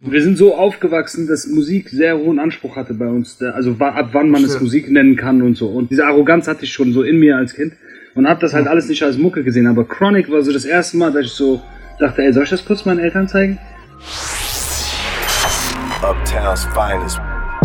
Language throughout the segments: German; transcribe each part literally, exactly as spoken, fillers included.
Wir sind so aufgewachsen, dass Musik sehr hohen Anspruch hatte bei uns. Also ab wann man es Musik nennen kann und so. Und diese Arroganz hatte ich schon so in mir als Kind. Und hab das halt alles nicht als Mucke gesehen. Aber Chronic war so das erste Mal, dass ich so dachte, ey, soll ich das kurz meinen Eltern zeigen? Uptown's Finest.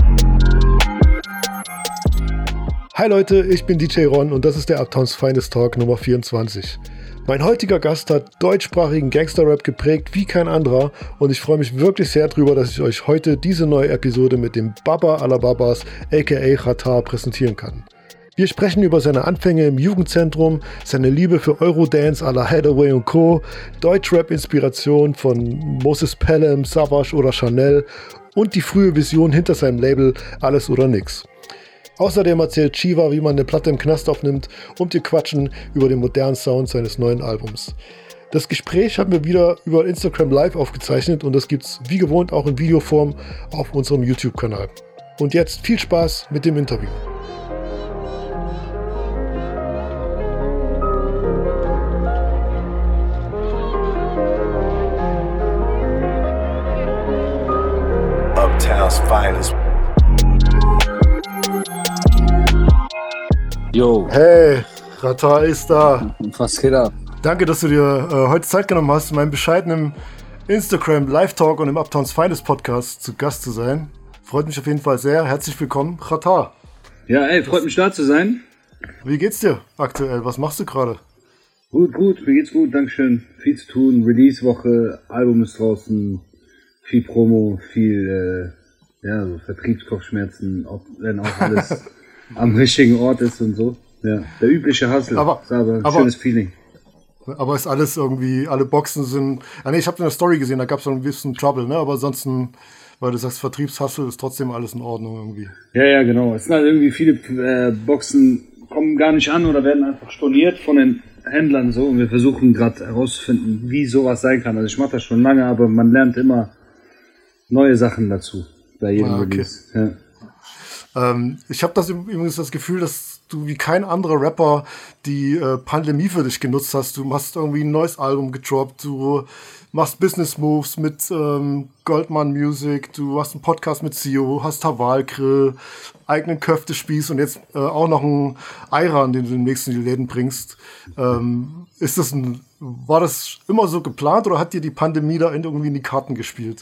Hi Leute, ich bin D J Ron und das ist der Uptown's Finest Talk Nummer vierundzwanzig. Mein heutiger Gast hat deutschsprachigen Gangster-Rap geprägt wie kein anderer und ich freue mich wirklich sehr drüber, dass ich euch heute diese neue Episode mit dem Baba aller Babas, aka Xatar, präsentieren kann. Wir sprechen über seine Anfänge im Jugendzentrum, seine Liebe für Eurodance à la Hathaway und Co., Deutschrap-Inspiration von Moses Pelham, Savage oder Chanel und die frühe Vision hinter seinem Label Alles oder Nix. Außerdem erzählt Shiva, wie man eine Platte im Knast aufnimmt und wir quatschen über den modernen Sound seines neuen Albums. Das Gespräch haben wir wieder über Instagram Live aufgezeichnet und das gibt's wie gewohnt auch in Videoform auf unserem YouTube-Kanal. Und jetzt viel Spaß mit dem Interview. Uptown's Finest. Yo. Hey, Xatar ist da. Was geht ab? Danke, dass du dir äh, heute Zeit genommen hast, in meinem bescheidenen Instagram Live-Talk und im Uptown's Finest Podcast zu Gast zu sein. Freut mich auf jeden Fall sehr. Herzlich willkommen, Xatar. Ja, ey, freut mich da zu sein. Wie geht's dir aktuell? Was machst du gerade? Gut, gut, mir geht's gut, dankeschön. Viel zu tun, Release-Woche, Album ist draußen, viel Promo, viel äh, ja, so Vertriebskopfschmerzen, ob, wenn auch alles am richtigen Ort ist und so. Ja, der übliche Hustle, aber, ist aber ein aber, schönes Feeling. Aber ist alles irgendwie, alle Boxen sind, ah nee, ich habe eine Story gesehen, da gab es so ein bisschen Trouble, ne? Aber ansonsten, weil du sagst Vertriebshustle, ist trotzdem alles in Ordnung irgendwie. Ja, ja, genau. Es sind halt irgendwie viele äh, Boxen kommen gar nicht an oder werden einfach storniert von den Händlern so und wir versuchen gerade herauszufinden, wie sowas sein kann. Also ich mache das schon lange, aber man lernt immer neue Sachen dazu bei jedem ah, okay. Release. Ja. Ähm, ich habe das übrigens das Gefühl, dass du wie kein anderer Rapper die äh, Pandemie für dich genutzt hast. Du hast irgendwie ein neues Album gedroppt, du machst Business Moves mit ähm, Goldman Music, du hast einen Podcast mit Sio, hast Haval Grill, eigenen Köftespieß und jetzt äh, auch noch einen Ayran, den du demnächst in die Läden bringst. Ähm, ist das ein, war das immer so geplant oder hat dir die Pandemie da irgendwie in die Karten gespielt?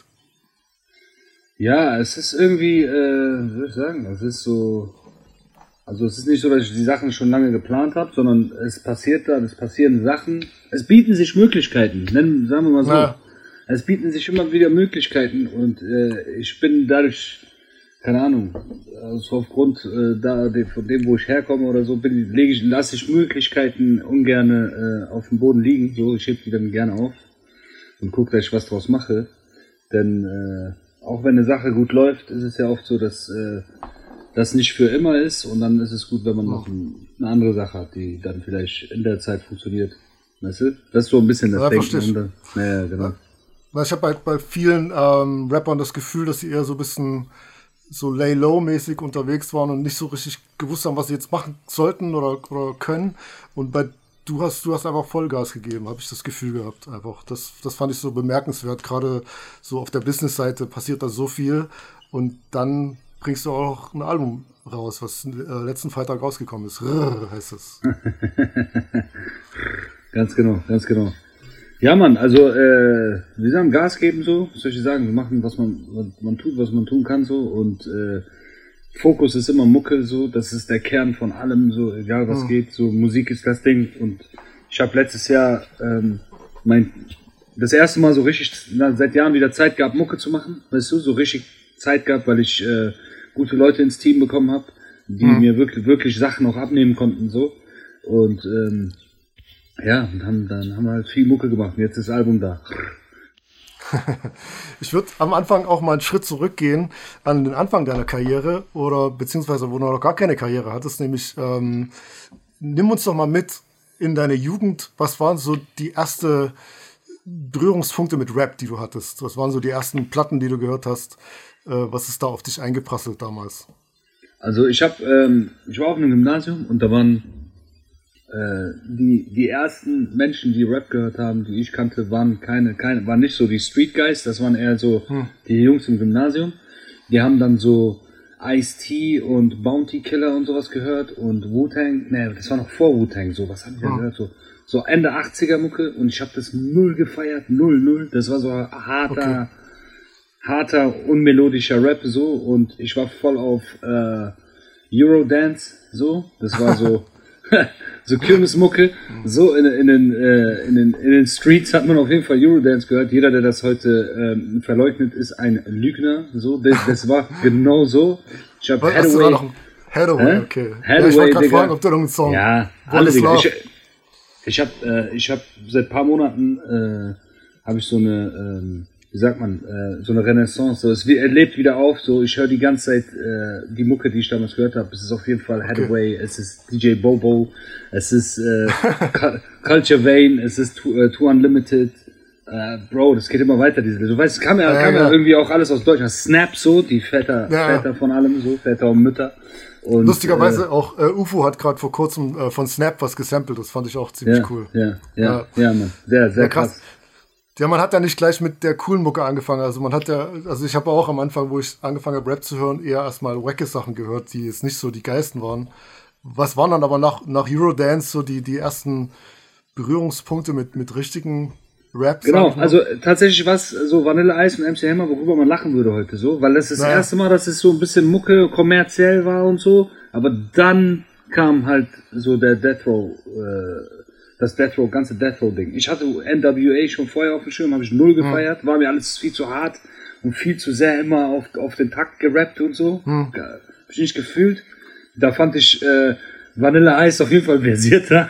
Ja, es ist irgendwie, äh, wie soll ich sagen, es ist so, also es ist nicht so, dass ich die Sachen schon lange geplant habe, sondern es passiert da, es passieren Sachen, es bieten sich Möglichkeiten, nennen, sagen wir mal so, ja. Es bieten sich immer wieder Möglichkeiten und äh, ich bin dadurch, keine Ahnung, also aufgrund äh, da von dem, wo ich herkomme oder so, bin, lege ich, lasse ich Möglichkeiten ungern äh, auf dem Boden liegen, so, ich heb die dann gerne auf und gucke, dass ich was draus mache, denn äh, auch wenn eine Sache gut läuft, ist es ja oft so, dass äh, das nicht für immer ist und dann ist es gut, wenn man noch ein, eine andere Sache hat, die dann vielleicht in der Zeit funktioniert. Weißt du? Das ist so ein bisschen das ja, Denken. Dann, ja, genau. Ja, ich habe bei, bei vielen ähm, Rappern das Gefühl, dass sie eher so ein bisschen so lay-low-mäßig unterwegs waren und nicht so richtig gewusst haben, was sie jetzt machen sollten oder, oder können. Und bei Du hast, du hast einfach Vollgas gegeben, habe ich das Gefühl gehabt. Einfach. Das, das fand ich so bemerkenswert. Gerade so auf der Business-Seite passiert da so viel. Und dann bringst du auch ein Album raus, was äh, letzten Freitag rausgekommen ist. Rrr, heißt es. Ganz genau, ganz genau. Ja, Mann, also, äh, wir sagen Gas geben so. Was soll ich sagen? Wir machen, was man, was man tut, was man tun kann so. Und äh, Fokus ist immer Mucke, so, das ist der Kern von allem, so, egal was mhm. geht, so, Musik ist das Ding und ich habe letztes Jahr ähm, mein, das erste Mal so richtig, na, seit Jahren wieder Zeit gehabt, Mucke zu machen, weißt du, so richtig Zeit gehabt, weil ich äh, gute Leute ins Team bekommen habe, die mhm. mir wirklich, wirklich Sachen auch abnehmen konnten, so, und ähm, ja, und haben, dann haben wir halt viel Mucke gemacht und jetzt ist das Album da. Ich würde am Anfang auch mal einen Schritt zurückgehen an den Anfang deiner Karriere oder beziehungsweise wo du noch gar keine Karriere hattest, nämlich ähm, nimm uns doch mal mit in deine Jugend. Was waren so die ersten Berührungspunkte mit Rap, die du hattest? Was waren so die ersten Platten, die du gehört hast? Äh, was ist da auf dich eingeprasselt damals? Also ich habe, ähm, ich war auf einem Gymnasium und da waren äh, die, die ersten Menschen, die Rap gehört haben, die ich kannte, waren keine, keine, waren nicht so die Street Guys, das waren eher so hm. die Jungs im Gymnasium. Die haben dann so Ice-T und Bounty Killer und sowas gehört und Wu-Tang, ne, das war noch vor Wu-Tang, so, was haben die hm. gehört, so, so Ende achtziger Mucke und ich habe das null gefeiert, null, null, das war so harter, okay. harter, unmelodischer Rap, so, und ich war voll auf, äh, Eurodance, so, das war so, so Kirmesmucke, so in, in, den, äh, in, den, in den Streets hat man auf jeden Fall Eurodance gehört. Jeder, der das heute ähm, verleugnet, ist ein Lügner. So, das, das war genau so. Ich habe Hathaway. Hathaway, okay. Hathaway, ja, ich wollte gerade fragen, ob du noch einen Song. Ja, alle Dinge. Ich, ich habe äh, ich hab seit ein paar Monaten äh, habe ich so eine ähm, wie sagt man, äh, so eine Renaissance, so, es lebt wieder auf, so, ich höre die ganze Zeit äh, die Mucke, die ich damals gehört habe, es ist auf jeden Fall Hathaway, okay. Es ist D J Bobo, es ist äh, Culture Vane, es ist Too, uh, Too Unlimited, äh, Bro, das geht immer weiter, diese, du weißt, es kam ja, ja, kam ja, ja irgendwie auch alles aus Deutschland, Snap so, die Väter, ja, Väter ja. von allem so, Väter und Mütter. Und, lustigerweise äh, auch äh, U F O hat gerade vor kurzem äh, von Snap was gesampelt, das fand ich auch ziemlich ja, cool. Ja, ja, ja, ja, man, sehr, sehr ja, krass. krass. Ja, man hat ja nicht gleich mit der coolen Mucke angefangen. Also man hat ja, also ich habe auch am Anfang, wo ich angefangen habe, Rap zu hören, eher erstmal wacke Sachen gehört, die jetzt nicht so die geilsten waren. Was waren dann aber nach, nach Eurodance so die, die ersten Berührungspunkte mit, mit richtigen Raps? Genau, also tatsächlich was so Vanilla Ice und M C Hammer, worüber man lachen würde heute so, weil das ist naja. das erste Mal, dass es so ein bisschen Mucke kommerziell war und so, aber dann kam halt so der Death Row, äh, das Death Row, ganze Death Row-Ding. Ich hatte N W A schon vorher auf dem Schirm, habe ich null gefeiert, hm. war mir alles viel zu hart und viel zu sehr immer auf, auf den Takt gerappt und so. Hm. Hab ich nicht gefühlt. Da fand ich äh, Vanilla Ice auf jeden Fall versierter.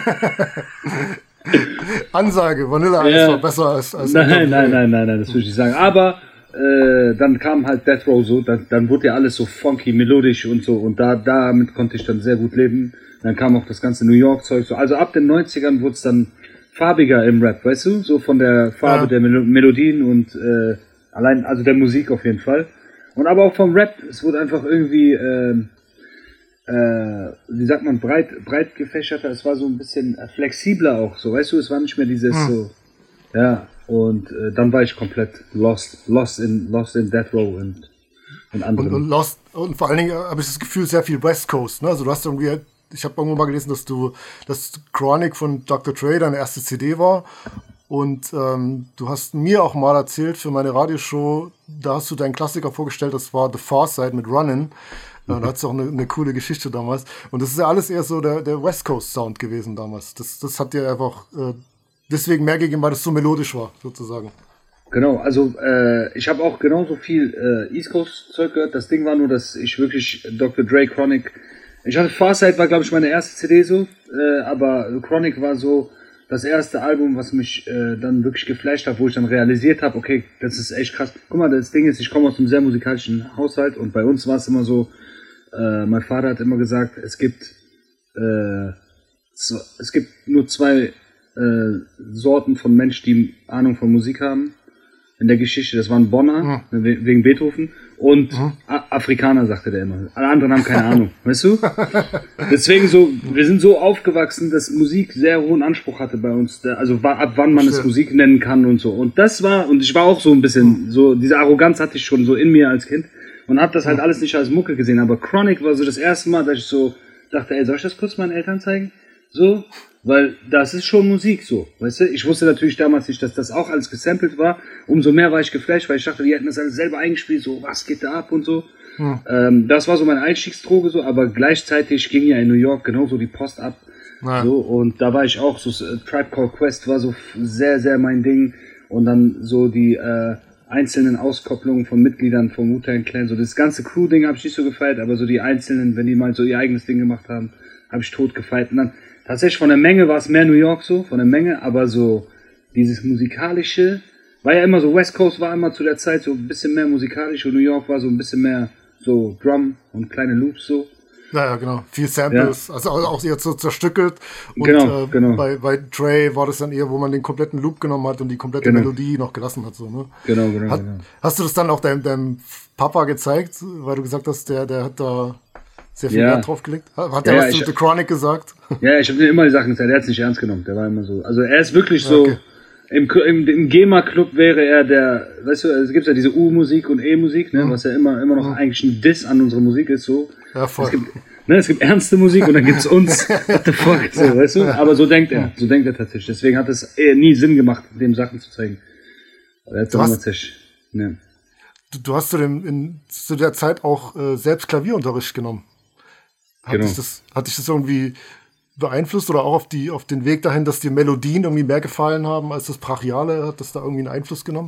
Ansage, Vanilla Ice ja. war besser als, als Nein, nein, nein, nein, nein, das würde ich nicht sagen. Aber äh, dann kam halt Death Row so, dann, dann wurde ja alles so funky, melodisch und so und da damit konnte ich dann sehr gut leben. Dann kam auch das ganze New York-Zeug so. Also ab den neunzigern wurde es dann farbiger im Rap, weißt du? So von der Farbe ja. der Mel- Melodien und äh, allein, also der Musik auf jeden Fall. Und aber auch vom Rap, es wurde einfach irgendwie, äh, äh, wie sagt man, breit, breit gefächerter. Es war so ein bisschen flexibler auch, so, weißt du? Es war nicht mehr dieses hm. so, ja. Und äh, dann war ich komplett lost, lost in, lost in Death Row und, und anderen. Und, und lost, und vor allen Dingen habe ich das Gefühl, sehr viel West Coast, ne? Also du hast irgendwie, ich habe irgendwo mal gelesen, dass du, dass Chronic von Doktor Dre deine erste C D war. Und ähm, du hast mir auch mal erzählt für meine Radioshow, da hast du deinen Klassiker vorgestellt, das war The Far Side mit Runnin'. Mhm. Da hat es auch eine, eine coole Geschichte damals. Und das ist ja alles eher so der, der West Coast Sound gewesen damals. Das, das hat dir einfach äh, deswegen mehr gegeben, weil das so melodisch war, sozusagen. Genau, also äh, ich habe auch genauso viel äh, East Coast Zeug gehört. Das Ding war nur, dass ich wirklich Doktor Dre, Chronic, ich hatte Farsight war, glaube ich, meine erste C D so, äh, aber Chronic war so das erste Album, was mich äh, dann wirklich geflasht hat, wo ich dann realisiert habe, okay, das ist echt krass. Guck mal, das Ding ist, ich komme aus einem sehr musikalischen Haushalt und bei uns war es immer so, äh, mein Vater hat immer gesagt, es gibt äh, so, es gibt nur zwei äh, Sorten von Menschen, die Ahnung von Musik haben. In der Geschichte, das waren Bonner, mhm. wegen Beethoven, und mhm. Afrikaner, sagte der immer. Alle anderen haben keine Ahnung, weißt du? Deswegen so, wir sind so aufgewachsen, dass Musik sehr hohen Anspruch hatte bei uns, also ab wann man Stimmt. es Musik nennen kann und so. Und das war, und ich war auch so ein bisschen, mhm. so, diese Arroganz hatte ich schon so in mir als Kind und hab das halt mhm. alles nicht als Mucke gesehen, aber Chronic war so das erste Mal, dass ich so dachte, ey, soll ich das kurz meinen Eltern zeigen? So, weil das ist schon Musik so, weißt du? Ich wusste natürlich damals nicht, dass das auch alles gesampelt war. Umso mehr war ich geflasht, weil ich dachte, die hätten das alles selber eingespielt, so, was geht da ab und so. Hm. Ähm, das war so meine Einstiegsdroge so, aber gleichzeitig ging ja in New York genauso die Post ab. Ja. So, und da war ich auch so, uh, Tribe Called Quest war so sehr, sehr mein Ding. Und dann so die äh, einzelnen Auskopplungen von Mitgliedern vom Wu-Tang Clan, so das ganze Crew-Ding habe ich nicht so gefeiert, aber so die einzelnen, wenn die mal so ihr eigenes Ding gemacht haben, habe ich tot gefeiert. Und dann tatsächlich von der Menge war es mehr New York so, von der Menge, aber so dieses musikalische, war ja immer so, West Coast war immer zu der Zeit so ein bisschen mehr musikalisch und New York war so ein bisschen mehr so Drum und kleine Loops so. Ja, ja, genau. Viel Samples, ja. also auch eher so zerstückelt. Und genau, äh, genau. Bei, bei Dre war das dann eher, wo man den kompletten Loop genommen hat und die komplette genau. Melodie noch gelassen hat. So, ne? Genau, genau, hat, genau. Hast du das dann auch deinem, deinem Papa gezeigt, weil du gesagt hast, der, der hat da sehr viel Ja. Wert drauf gelegt. Hat Ja, er ja, was zu ich- The Chronic gesagt? Ja, ich habe dir immer die Sachen gesagt, er hat es nicht ernst genommen, der war immer so. Also er ist wirklich so, Okay. im, im, im GEMA-Club wäre er der, weißt du, es gibt ja diese U-Musik und E-Musik, ne, was ja immer, immer noch eigentlich ein Diss an unsere Musik ist, so. Ja, voll. Es gibt, ne, es gibt ernste Musik und dann gibt's uns, what the fuck, so, weißt du, aber so denkt er, so denkt er tatsächlich. Deswegen hat es eher nie Sinn gemacht, dem Sachen zu zeigen. Aber er hat Du dann hast- tatsächlich, ne. Du, du hast zu, dem, in, zu der Zeit auch äh, selbst Klavierunterricht genommen. Hat, Genau. dich das, hat dich das irgendwie beeinflusst oder auch auf, die, auf den Weg dahin, dass dir Melodien irgendwie mehr gefallen haben als das Brachiale? Hat das da irgendwie einen Einfluss genommen?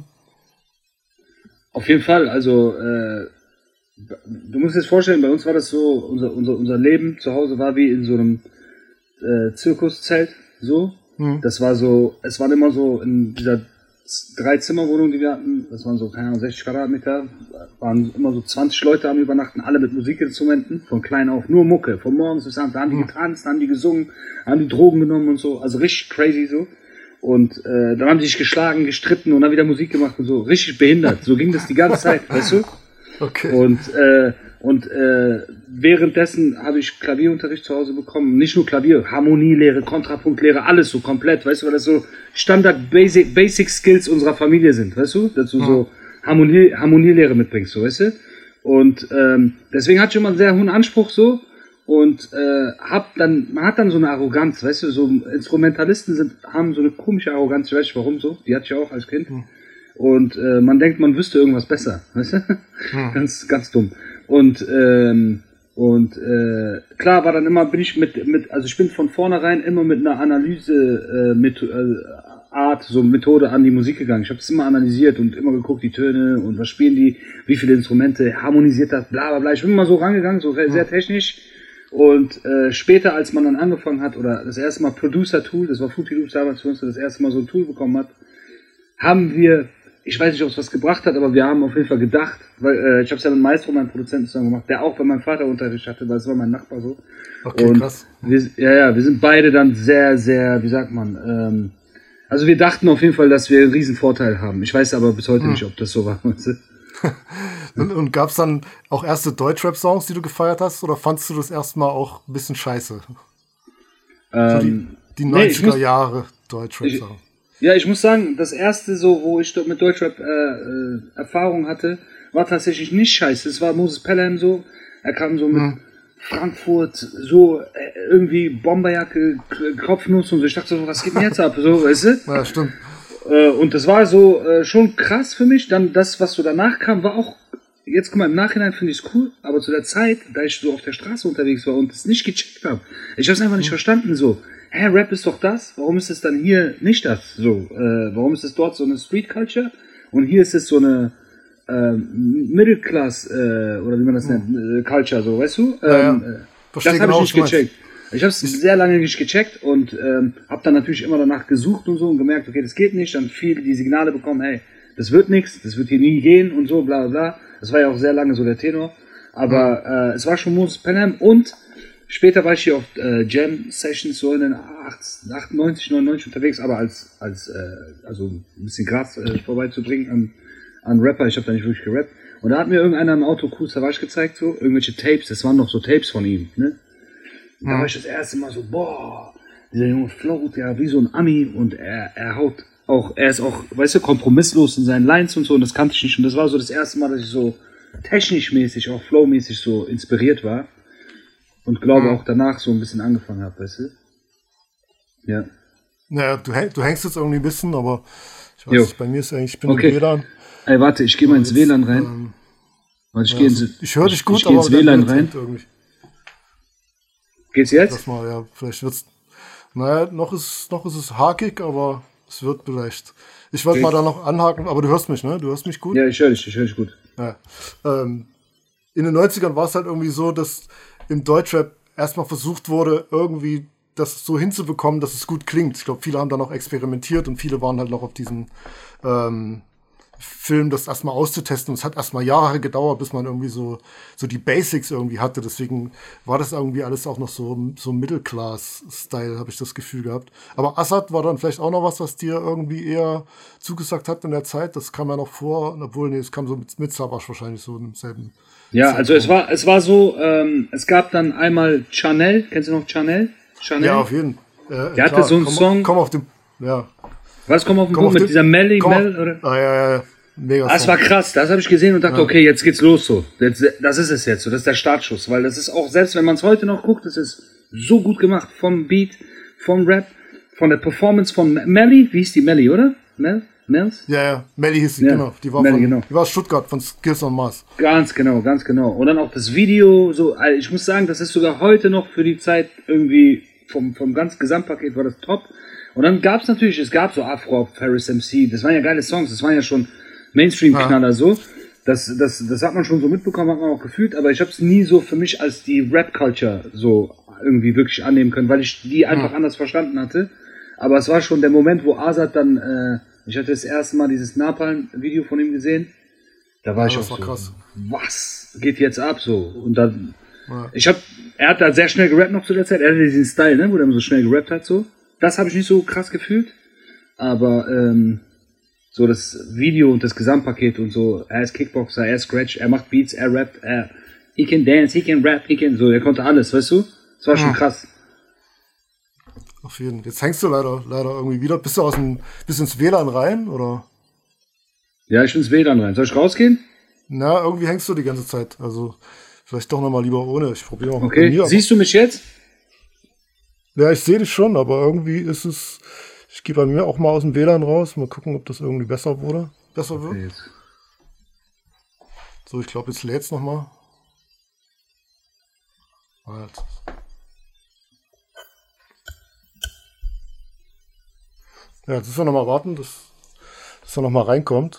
Auf jeden Fall, also äh, du musst dir das vorstellen, bei uns war das so, unser, unser, unser Leben zu Hause war wie in so einem äh, Zirkuszelt, so. Hm. Das war so, es waren immer so in dieser Drei-Zimmer-Wohnung, die wir hatten, das waren so, keine Ahnung, sechzig Quadratmeter, waren immer so zwanzig Leute am Übernachten, alle mit Musikinstrumenten, von klein auf, nur Mucke, von morgens bis abends, da haben die getanzt, da haben die gesungen, haben die Drogen genommen und so, also richtig crazy so. Und äh, dann haben die sich geschlagen, gestritten und dann wieder Musik gemacht und so, richtig behindert, so ging das die ganze Zeit, weißt du? Okay. Und, äh, und äh, währenddessen habe ich Klavierunterricht zu Hause bekommen. Nicht nur Klavier, Harmonielehre, Kontrapunktlehre, alles so komplett, weißt du, weil das so Standard Basic, Basic Skills unserer Familie sind, weißt du, dass du so Harmonie, Harmonielehre mitbringst, so, weißt du. Und ähm, deswegen hatte ich immer einen sehr hohen Anspruch so und äh, hab dann, man hat dann so eine Arroganz, weißt du, so Instrumentalisten sind, haben so eine komische Arroganz, ich weiß nicht warum so, die hatte ich auch als Kind. Und äh, man denkt, man wüsste irgendwas besser, weißt du? Hm. ganz, ganz dumm. Und ähm, und äh, klar war dann immer, bin ich mit mit, also ich bin von vornherein immer mit einer Analyse äh, mit äh, Art, so Methode an die Musik gegangen. Ich habe es immer analysiert und immer geguckt, die Töne und was spielen die, wie viele Instrumente, harmonisiert das, bla bla bla. Ich bin immer so rangegangen, so sehr, sehr technisch. Und äh, später, als man dann angefangen hat, oder das erste Mal Producer-Tool, das war Fruity Loops damals für uns, das erste Mal so ein Tool bekommen hat, haben wir, ich weiß nicht, ob es was gebracht hat, aber wir haben auf jeden Fall gedacht, weil äh, ich habe es ja mit Maestro, meinem Produzenten, zusammen gemacht, der auch bei meinem Vater Unterricht hatte, weil es war mein Nachbar so. Okay, und krass. Wir, ja, ja, wir sind beide dann sehr, sehr, wie sagt man, ähm, also wir dachten auf jeden Fall, dass wir einen riesen Vorteil haben. Ich weiß aber bis heute Hm. nicht, ob das so war. weißt du? Und, und gab es dann auch erste Deutschrap-Songs, die du gefeiert hast, oder fandst du das erstmal auch ein bisschen scheiße? So die, Ähm, die nee, ich neunziger muss- Jahre Deutschrap-Sachen. Ja, ich muss sagen, das erste so, wo ich dort mit Deutschrap äh, äh, Erfahrung hatte, war tatsächlich nicht scheiße. Es war Moses Pelham so. Er kam so mit Hm. Frankfurt, so äh, irgendwie Bomberjacke, K- Kopfnuss und so. Ich dachte so, was geht denn jetzt ab? So, weißt du? Ja, stimmt. Äh, und das war so äh, schon krass für mich. Dann das, was so danach kam, war auch, jetzt guck mal, im Nachhinein finde ich es cool, aber zu der Zeit, da ich so auf der Straße unterwegs war und es nicht gecheckt habe, ich habe es einfach nicht verstanden, so, hä, Rap ist doch das, warum ist es dann hier nicht das? So, äh, warum ist es dort so eine Street Culture und hier ist es so eine äh, Middle Class, äh, oder wie man das nennt, äh, Culture, so, weißt du? Ja, ja. Ähm, äh, Versteh das habe genau, ich nicht was du meinst. gecheckt. Ich habe es sehr lange nicht gecheckt und ähm, habe dann natürlich immer danach gesucht und so und gemerkt, okay, das geht nicht. Dann viel die Signale bekommen, hey, das wird nichts, das wird hier nie gehen und so, bla bla bla. Das war ja auch sehr lange so der Tenor. Aber äh, es war schon Moses Pelham und später war ich hier auf äh, Jam-Sessions so in den achtundneunzig, neunundneunzig unterwegs, aber als, als äh, also ein bisschen Gras äh, vorbeizubringen an, an Rapper. Ich habe da nicht wirklich gerappt. Und da hat mir irgendeiner im Auto Kool Savas gezeigt, so irgendwelche Tapes, das waren noch so Tapes von ihm, ne? Und da war ich das erste Mal so, boah, dieser Junge float ja wie so ein Ami und er, er haut auch, er ist auch, weißt du, kompromisslos in seinen Lines und so und das kannte ich nicht. Und das war so das erste Mal, dass ich so technisch mäßig, auch flowmäßig so inspiriert war und glaube auch danach so ein bisschen angefangen habe, weißt du? Ja. Naja, du, häng- du hängst jetzt irgendwie ein bisschen, aber ich weiß Jo. nicht, bei mir ist eigentlich, ich bin Okay. im W L A N. Ey, warte, ich gehe mal ins W L A N rein. Ähm, Warte, ich ja, gehe also, ins, ich höre dich gut, ich, ich gehe aber ins W L A N dein Bild rein. hängt irgendwie. Geht's jetzt? Lass mal, ja, vielleicht wird's. Naja, noch ist, noch ist es hakig, aber es wird vielleicht. Ich wollte Okay. mal da noch anhaken, aber du hörst mich, ne? Du hörst mich gut? Ja, ich höre dich, ich höre dich gut. Ja. Ähm, in den neunzigern war es halt irgendwie so, dass im Deutschrap erstmal versucht wurde, irgendwie das so hinzubekommen, dass es gut klingt. Ich glaube, viele haben da noch experimentiert und viele waren halt noch auf diesen, ähm, Film, das erstmal auszutesten. Und es hat erstmal Jahre gedauert, bis man irgendwie so, so die Basics irgendwie hatte. Deswegen war das irgendwie alles auch noch so, so Middle-Class-Style, habe ich das Gefühl gehabt. Aber Assad war dann vielleicht auch noch was, was dir irgendwie eher zugesagt hat in der Zeit. Das kam ja noch vor, obwohl, nee, es kam so mit, mit Savage wahrscheinlich so im selben. Ja, also es war, es war so, ähm, es gab dann einmal Chanel, kennst du noch Chanel? Chanel? Ja, auf jeden Fall. Äh, Der hatte so einen komm, Song. Komm auf den, ja. Was, komm auf den Komm Punkt auf mit den- dieser Melly, komm auf- Mel, oder? Ah, ja, ja, ja. Mega Das Song. war krass, das habe ich gesehen und dachte, okay, jetzt geht's los so. Jetzt, das ist es jetzt so, das ist der Startschuss, weil das ist auch, selbst wenn man es heute noch guckt, das ist so gut gemacht vom Beat, vom Rap, von der Performance von Melly, wie hieß die Melly, oder? Mel? Mels? Ja, ja, Melly hieß sie, Ja, genau. Die war, Melly, von, genau. die war aus Stuttgart, von Skills on Mars. Ganz genau, ganz genau. Und dann auch das Video, so, also ich muss sagen, das ist sogar heute noch für die Zeit irgendwie vom, vom ganzen Gesamtpaket war das top. Und dann gab es natürlich, es gab so Afro, Ferris M C, das waren ja geile Songs, das waren ja schon Mainstream-Knaller so. Das, das, das hat man schon so mitbekommen, hat man auch gefühlt, aber ich habe es nie so für mich als die Rap-Culture so irgendwie wirklich annehmen können, weil ich die einfach Ja. anders verstanden hatte. Aber es war schon der Moment, wo Azad dann, äh, ich hatte das erste Mal dieses Napalm-Video von ihm gesehen, da war Ja, ich das auch war so, krass. was geht jetzt ab so? Und dann, Ja. ich hab, er hat da sehr schnell gerappt noch zu der Zeit, er hatte diesen Style, ne, wo er immer so schnell gerappt hat so. Das habe ich nicht so krass gefühlt, aber ähm, so das Video und das Gesamtpaket und so, er ist Kickboxer, er ist Scratch, er macht Beats, er rappt, er, he can dance, he can rap, he can, so, er konnte alles, weißt du? Das war schon Ja. krass. Auf jeden Fall. Jetzt hängst du leider, leider irgendwie wieder. Bist du aus dem, bist ins W L A N rein, oder? Ja, ich bin's W L A N rein. Soll ich rausgehen? Na, irgendwie hängst du die ganze Zeit. Also, vielleicht doch nochmal lieber ohne. Ich probiere auch mal bei Okay, mir. siehst du mich jetzt? Aber, ja, ich sehe dich schon, aber irgendwie ist es. Ich gehe bei mir auch mal aus dem W L A N raus. Mal gucken, ob das irgendwie besser wurde. Besser wird. Okay, jetzt. So, ich glaube, jetzt lädt's nochmal. Ah, jetzt. Ja, jetzt müssen wir nochmal warten, dass, dass er nochmal reinkommt.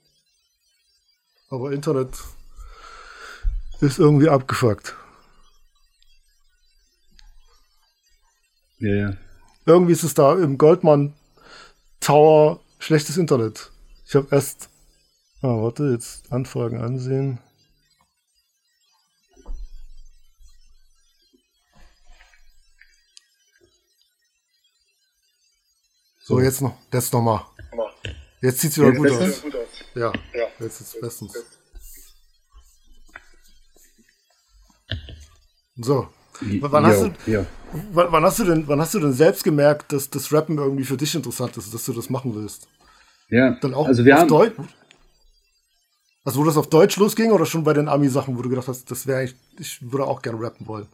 Aber Internet ist irgendwie abgefuckt. Ja, ja. Irgendwie ist es da im Goldman Tower schlechtes Internet. Ich habe erst. Ah, warte, jetzt Anfragen ansehen. So, jetzt noch. Jetzt nochmal. Jetzt sieht's wieder Jetzt gut besser? aus. Ja, jetzt ist es bestens. So. W- Wann hast, Jo, du, ja. wann, wann, hast du denn, wann hast du denn selbst gemerkt, dass das Rappen irgendwie für dich interessant ist, dass du das machen willst? Ja, Dann auch also wir auf haben, Deutsch? Also wo das auf Deutsch losging oder schon bei den Ami-Sachen, wo du gedacht hast, das wäre ich, ich würde auch gerne rappen wollen?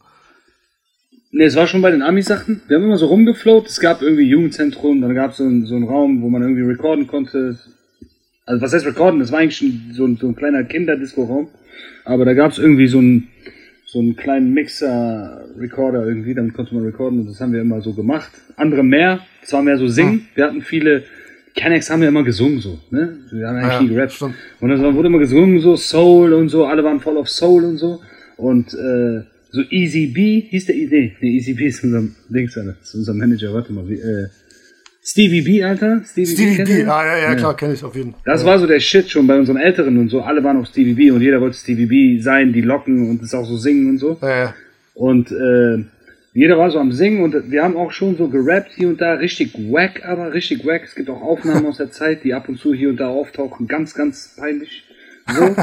ne, es war schon bei den Ami-Sachen. Wir haben immer so rumgefloat. Es gab irgendwie Jugendzentrum, dann gab es so, ein, so einen Raum, wo man irgendwie recorden konnte. Also was heißt recorden? Das war eigentlich ein, so, ein, so ein kleiner Kinderdisco-Raum. Aber da gab es irgendwie so einen, so einen kleinen Mixer-Recorder irgendwie, damit konnte man recorden und das haben wir immer so gemacht. Andere mehr, das war mehr so singen. Wir hatten viele, Kennex haben ja immer gesungen so, ne? Wir haben eigentlich Ja, nie gerappt. stimmt. Und das wurde immer gesungen, so Soul und so, alle waren voll auf Soul und so. Und äh, so Easy B, hieß der Idee. Nee, Easy B ist unser Dings, Alter. Das ist unser Manager, warte mal. Wie, äh, Stevie B, Alter. Stevie, Stevie kennt B, ihr? ah, ja, ja, klar, kenne ich auf jeden Fall. Das ja. war so der Shit schon bei unseren Älteren und so. Alle waren auf Stevie B und jeder wollte Stevie B sein, die Locken und das auch so singen und so. Ja, ja. Und äh, jeder war so am Singen und wir haben auch schon so gerappt hier und da, richtig wack, aber richtig wack. Es gibt auch Aufnahmen aus der Zeit, die ab und zu hier und da auftauchen, ganz, ganz peinlich. So.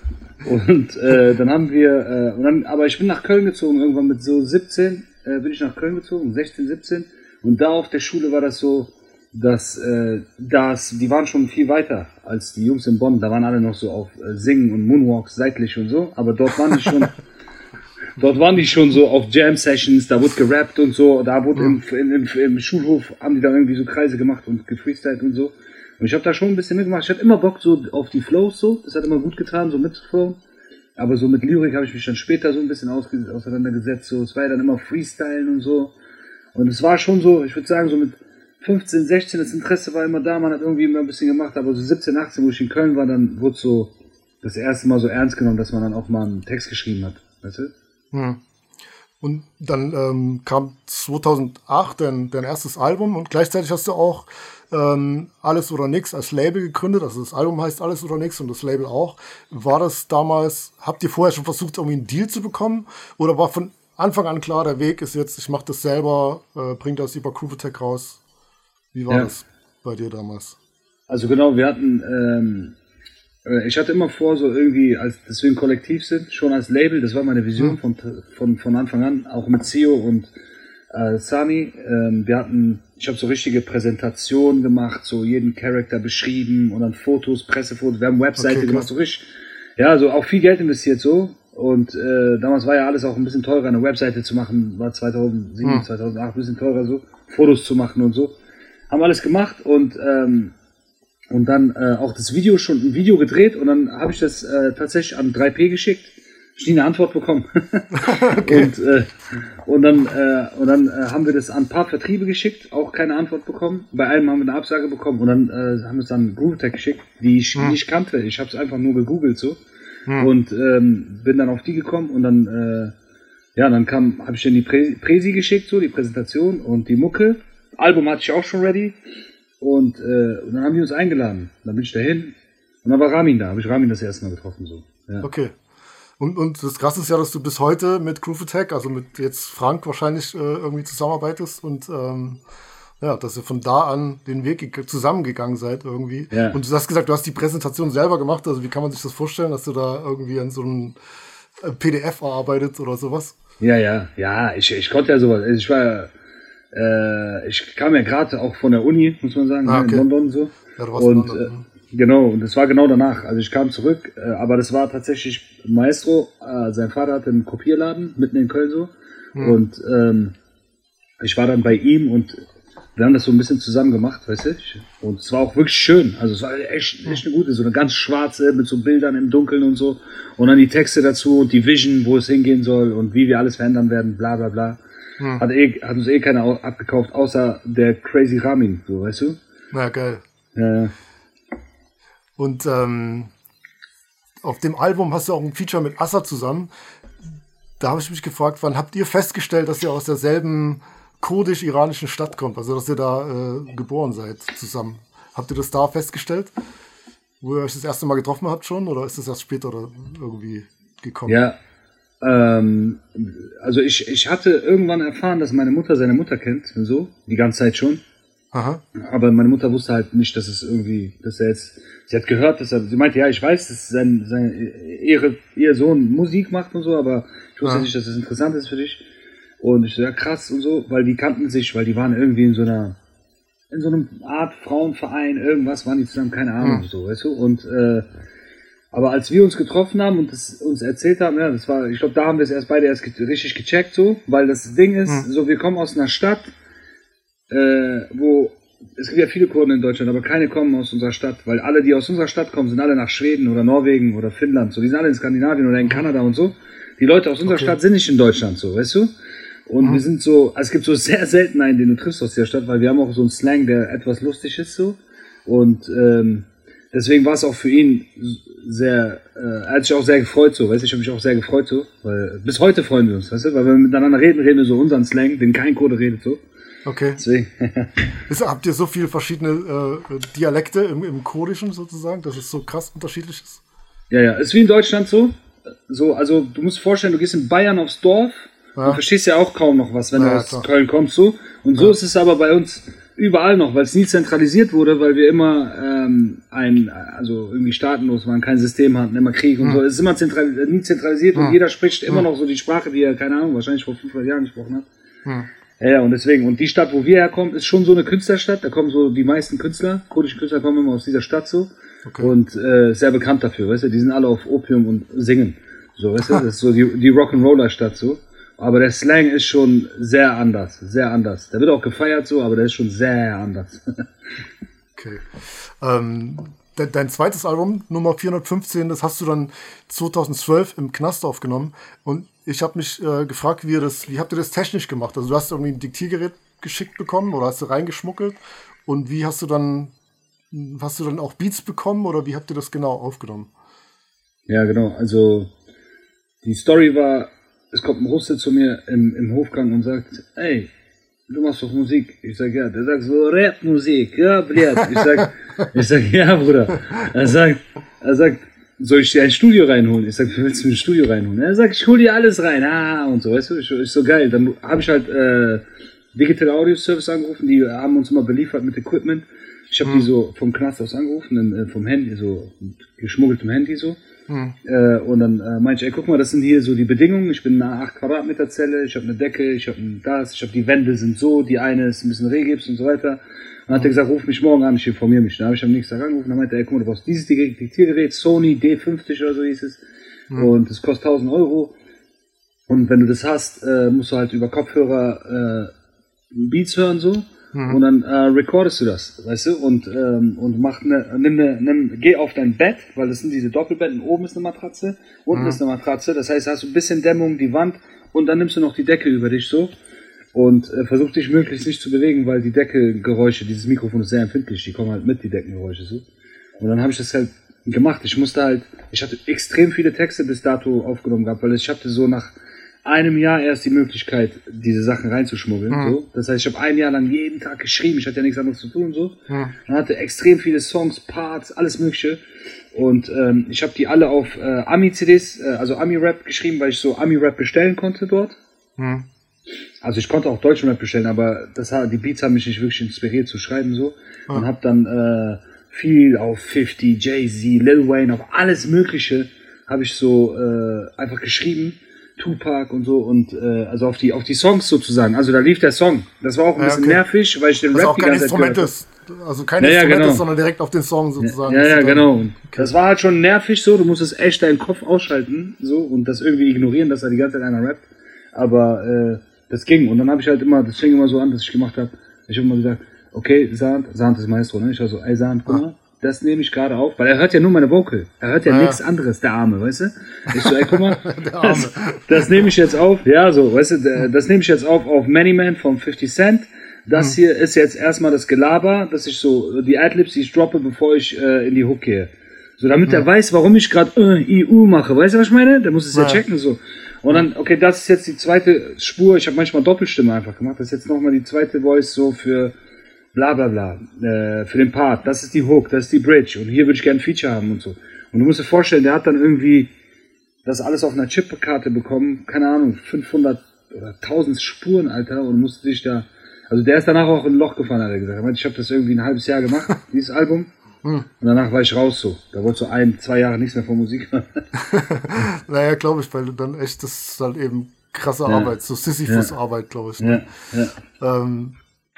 Und äh, dann haben wir, äh, und dann, aber ich bin nach Köln gezogen, irgendwann mit so siebzehn, äh, bin ich nach Köln gezogen, sechzehn, siebzehn. Und da auf der Schule war das so, dass, äh, das, die waren schon viel weiter als die Jungs in Bonn. Da waren alle noch so auf äh, Singen und Moonwalks seitlich und so, aber dort waren die schon, dort waren die schon so auf Jam-Sessions, da wurde gerappt und so, da wurde im, im, im, im Schulhof, haben die da irgendwie so Kreise gemacht und gefreestylt und so. Und ich habe da schon ein bisschen mitgemacht. Ich hatte immer Bock so auf die Flows so. Das hat immer gut getan, so mitzuflowen. Aber so mit Lyrik habe ich mich dann später so ein bisschen ausge- auseinandergesetzt. So, es war ja dann immer Freestylen und so. Und es war schon so, ich würde sagen, so mit fünfzehn, sechzehn, das Interesse war immer da. Man hat irgendwie immer ein bisschen gemacht. Aber so siebzehn, achtzehn, wo ich in Köln war, dann wurde so das erste Mal so ernst genommen, dass man dann auch mal einen Text geschrieben hat. Weißt du? Hm. Und dann ähm, kam zweitausendacht dein, dein erstes Album und gleichzeitig hast du auch ähm, Alles oder Nix als Label gegründet. Also das Album heißt Alles oder Nix und das Label auch. War das damals, habt ihr vorher schon versucht, irgendwie einen Deal zu bekommen? Oder war von Anfang an klar, der Weg ist jetzt, ich mache das selber, äh, bringe das über Groove Attack raus? Wie war Ja. das bei dir damals? Also genau, wir hatten, ähm, äh, ich hatte immer vor, so irgendwie, als dass wir ein Kollektiv sind, schon als Label, das war meine Vision Mhm. von, von, von Anfang an, auch mit Sio und äh, Sami. Ähm, wir hatten, ich habe so richtige Präsentationen gemacht, so jeden Charakter beschrieben und dann Fotos, Pressefotos, wir haben Webseite Okay, gemacht, krass. so richtig, ja, so auch viel Geld investiert so. Und äh, damals war ja alles auch ein bisschen teurer, eine Webseite zu machen, war zweitausendsieben, Hm. zweitausendacht ein bisschen teurer so, Fotos zu machen und so. Haben alles gemacht und ähm, und dann äh, auch das Video schon ein Video gedreht und dann habe ich das äh, tatsächlich an drei P geschickt. Hab ich nie eine Antwort bekommen. Okay. Und äh, und dann äh, und dann äh, haben wir das an ein paar Vertriebe geschickt, auch keine Antwort bekommen. Bei einem haben wir eine Absage bekommen und dann äh, haben wir es an Groove Attack geschickt, die ich Hm. nicht kannte. Ich habe es einfach nur gegoogelt so Hm. und ähm, bin dann auf die gekommen und dann äh, ja, dann kam, habe ich denen die Prä Präsi geschickt, so die Präsentation und die Mucke. Album hatte ich auch schon ready und, äh, und dann haben die uns eingeladen. Dann bin ich dahin und dann war Ramin da, habe ich Ramin das erste Mal getroffen so. Ja. Okay. Und, und das Krasse ist ja, dass du bis heute mit Groove Attack, also mit jetzt Frank wahrscheinlich äh, irgendwie zusammenarbeitest und ähm, ja, dass ihr von da an den Weg ge- zusammengegangen seid irgendwie. Ja. Und du hast gesagt, du hast die Präsentation selber gemacht, also wie kann man sich das vorstellen, dass du da irgendwie an so einem äh, P D F arbeitet oder sowas? Ja, ja, ja, ich, ich konnte ja sowas. Ich war, äh, ich kam ja gerade auch von der Uni, muss man sagen, Ah, ne, okay. in London so. Ja, du warst in Und London, äh, genau, und das war genau danach. Also ich kam zurück, äh, aber das war tatsächlich Maestro. Äh, sein Vater hatte einen Kopierladen mitten in Köln so. Hm. Und ähm, ich war dann bei ihm und wir haben das so ein bisschen zusammen gemacht, weißt du? Und es war auch wirklich schön. Also es war echt, echt eine gute, so eine ganz schwarze mit so Bildern im Dunkeln und so. Und dann die Texte dazu und die Vision, wo es hingehen soll und wie wir alles verändern werden, bla bla bla. Hm. Hat, eh, hat uns eh keiner au- abgekauft, außer der Crazy Ramin, so, weißt du? Na, geil. Ja, Und ähm, auf dem Album hast du auch ein Feature mit Assa zusammen. Da habe ich mich gefragt, wann habt ihr festgestellt, dass ihr aus derselben kurdisch-iranischen Stadt kommt? Also, dass ihr da äh, geboren seid zusammen. Habt ihr das da festgestellt? Wo ihr euch das erste Mal getroffen habt schon? Oder ist das erst später oder irgendwie gekommen? ja ähm, also ich, ich hatte irgendwann erfahren, dass meine Mutter seine Mutter kennt, so, die ganze Zeit schon. Aha. Aber meine Mutter wusste halt nicht, dass es irgendwie, dass er jetzt, sie hat gehört, dass er, sie meinte, ja, ich weiß, dass sein, sein ihre, ihr Sohn Musik macht und so, aber ich wusste Ja. nicht, dass es interessant ist für dich. Und ich so, ja, krass und so, weil die kannten sich, weil die waren irgendwie in so einer, in so einem Art Frauenverein, irgendwas waren die zusammen, keine Ahnung, Hm. so, weißt du, und, äh, aber als wir uns getroffen haben und das uns erzählt haben, ja, das war, ich glaube, da haben wir es erst beide erst ge richtig gecheckt, so, weil das Ding ist, Hm. so, wir kommen aus einer Stadt, äh, wo, es gibt ja viele Kurden in Deutschland, aber keine kommen aus unserer Stadt, weil alle, die aus unserer Stadt kommen, sind alle nach Schweden oder Norwegen oder Finnland, so, die sind alle in Skandinavien oder in Kanada und so. Die Leute aus unserer Okay. Stadt sind nicht in Deutschland, so, weißt du? Und Mhm. wir sind so, also es gibt so sehr selten einen, den du triffst aus der Stadt, weil wir haben auch so einen Slang, der etwas lustig ist, so. Und, ähm, deswegen war es auch für ihn sehr, äh, er hat sich auch sehr gefreut, so, weißt du, ich habe mich auch sehr gefreut, so, weil, bis heute freuen wir uns, weißt du, weil wenn wir miteinander reden, reden wir so unseren Slang, den kein Kurde redet, so. Okay. Deswegen, Ist, habt ihr so viele verschiedene äh, Dialekte im, im Kurdischen sozusagen, dass es so krass unterschiedlich ist? ja, ja, ist wie in Deutschland so, so, also, du musst dir vorstellen, du gehst in Bayern aufs Dorf, Ja. du verstehst ja auch kaum noch was, wenn Ja, du ja, aus klar. Köln kommst, so. Und so ist es aber bei uns überall noch, weil es nie zentralisiert wurde, weil wir immer ähm, ein, also irgendwie staatenlos waren, kein System hatten, immer Krieg und so. Es ist immer zentral, nie zentralisiert und jeder spricht immer noch so die Sprache, die er, keine Ahnung, wahrscheinlich vor fünfhundert Jahren gesprochen hat. Hm. Ja, ja, und deswegen, und die Stadt, wo wir herkommen, ist schon so eine Künstlerstadt, da kommen so die meisten Künstler, kurdische Künstler kommen immer aus dieser Stadt so. Okay. Und äh, sehr bekannt dafür, weißt du, die sind alle auf Opium und singen. So, weißt du, das ist so die, die Rock'n'Roller-Stadt so. Aber der Slang ist schon sehr anders, sehr anders. Der wird auch gefeiert so, aber der ist schon sehr anders. Okay. Ähm, de dein zweites Album, Nummer vierhundertfünfzehn, das hast du dann zweitausendzwölf im Knast aufgenommen. Und ich habe mich äh, gefragt, wie, ihr das, wie habt ihr das technisch gemacht? Also du hast irgendwie ein Diktiergerät geschickt bekommen oder hast du reingeschmuggelt? Und wie hast du dann, hast du dann auch Beats bekommen oder wie habt ihr das genau aufgenommen? Ja, genau. Also die Story war, es kommt ein Russe zu mir im, im Hofgang und sagt, ey, du machst doch Musik. Ich sag, ja. Der sagt so, Rap-Musik, ja, blöd. Ich sag, ich sag, ja, Bruder. Er sagt, er sagt, soll ich dir ein Studio reinholen? Ich sag, willst du mir ein Studio reinholen? Er sagt, ich hol dir alles rein, ah, und so, weißt du, ich, ich so geil. Dann habe ich halt äh, Digital Audio Service angerufen, die haben uns immer beliefert mit Equipment. Ich habe hm. die so vom Knast aus angerufen, dann äh, vom Handy, so geschmuggeltem Handy so. Hm. Äh, und dann äh, meinte ich, ey, guck mal, das sind hier so die Bedingungen. Ich bin in einer acht Quadratmeter Zelle, ich habe eine Decke, ich habe das, ich habe die Wände sind so, die eine ist ein bisschen Rehgips und so weiter. Und dann hat er gesagt, ruf mich morgen an, ich informiere mich. Dann habe ich am nächsten Tag angerufen, dann meinte er, ey, guck mal, du brauchst dieses Diktiergerät, Sony D fünfzig oder so hieß es. Hm. Und das kostet tausend Euro. Und wenn du das hast, äh, musst du halt über Kopfhörer äh, Beats hören so. Und dann äh, recordest du das, weißt du, und, ähm, und mach ne, nimm ne, nimm, geh auf dein Bett, weil das sind diese Doppelbetten, oben ist eine Matratze, unten mhm. ist eine Matratze, das heißt, hast du ein bisschen Dämmung, die Wand, und dann nimmst du noch die Decke über dich so, und äh, versuch dich möglichst nicht zu bewegen, weil die Deckengeräusche, dieses Mikrofon ist sehr empfindlich, die kommen halt mit, die Deckengeräusche so. Und dann habe ich das halt gemacht, ich musste halt, ich hatte extrem viele Texte bis dato aufgenommen gehabt, weil ich hatte so nach einem Jahr erst die Möglichkeit, diese Sachen reinzuschmuggeln. Mhm. So. Das heißt, ich habe ein Jahr lang jeden Tag geschrieben, ich hatte ja nichts anderes zu tun. So. Mhm. Dann hatte extrem viele Songs, Parts, alles mögliche. Und ähm, ich habe die alle auf äh, Ami-C Ds, äh, also Ami-Rap geschrieben, weil ich so Ami-Rap bestellen konnte dort. Mhm. Also ich konnte auch deutschen Rap bestellen, aber das, die Beats haben mich nicht wirklich inspiriert zu schreiben. So. Mhm. Und habe dann äh, viel auf fifty, Jay-Z, Lil Wayne, auf alles Mögliche habe ich so äh, einfach geschrieben. Tupac und so und äh, also auf die auf die Songs sozusagen. Also da lief der Song. Das war auch ein ja, bisschen okay. nervig, weil ich den das Rap auch die kein ganze Instrument Zeit ist. Also kein ja, Instrument ja, genau. ist, sondern direkt auf den Song sozusagen. Ja, ja, ja genau. Okay. Das war halt schon nervig so. Du musstest echt deinen Kopf ausschalten so und das irgendwie ignorieren, dass da die ganze Zeit einer rappt. Aber äh, das ging. Und dann habe ich halt immer, das fing immer so an, dass ich gemacht habe. Ich habe immer gesagt, okay, Sand, Sand ist Maestro, ne? Ich war so, ey Sand, guck mal. Das nehme ich gerade auf, weil er hört ja nur meine Vocal. Er hört ja, ja. nichts anderes, der Arme, weißt du? Ich so, ey, guck mal, das, das nehme ich jetzt auf, ja, so, weißt du, das nehme ich jetzt auf auf Many Man von fifty Cent. Das mhm. hier ist jetzt erstmal das Gelaber, dass ich so die Adlibs, die ich droppe, bevor ich äh, in die Hook gehe. So, damit mhm. er weiß, warum ich gerade äh, I U mache. Weißt du, was ich meine? Der muss es ja, ja checken, so. Und dann, okay, das ist jetzt die zweite Spur. Ich habe manchmal Doppelstimme einfach gemacht. Das ist jetzt nochmal die zweite Voice so für bla bla bla, äh, für den Part, das ist die Hook, das ist die Bridge und hier würde ich gerne ein Feature haben und so. Und du musst dir vorstellen, der hat dann irgendwie das alles auf einer Chipkarte bekommen, keine Ahnung, fünfhundert oder tausend Spuren, Alter, und musste sich da, also der ist danach auch in ein Loch gefallen, hat er gesagt. Er meinte, ich habe das irgendwie ein halbes Jahr gemacht, dieses Album, hm. und danach war ich raus so. Da wollte so ein, zwei Jahre nichts mehr von Musik hören. Naja, glaube ich, weil du dann echt, das ist halt eben krasse ja. Arbeit, so Sisyphus-Arbeit, ja. glaube ich. Ne? Ja. Ja. Ähm,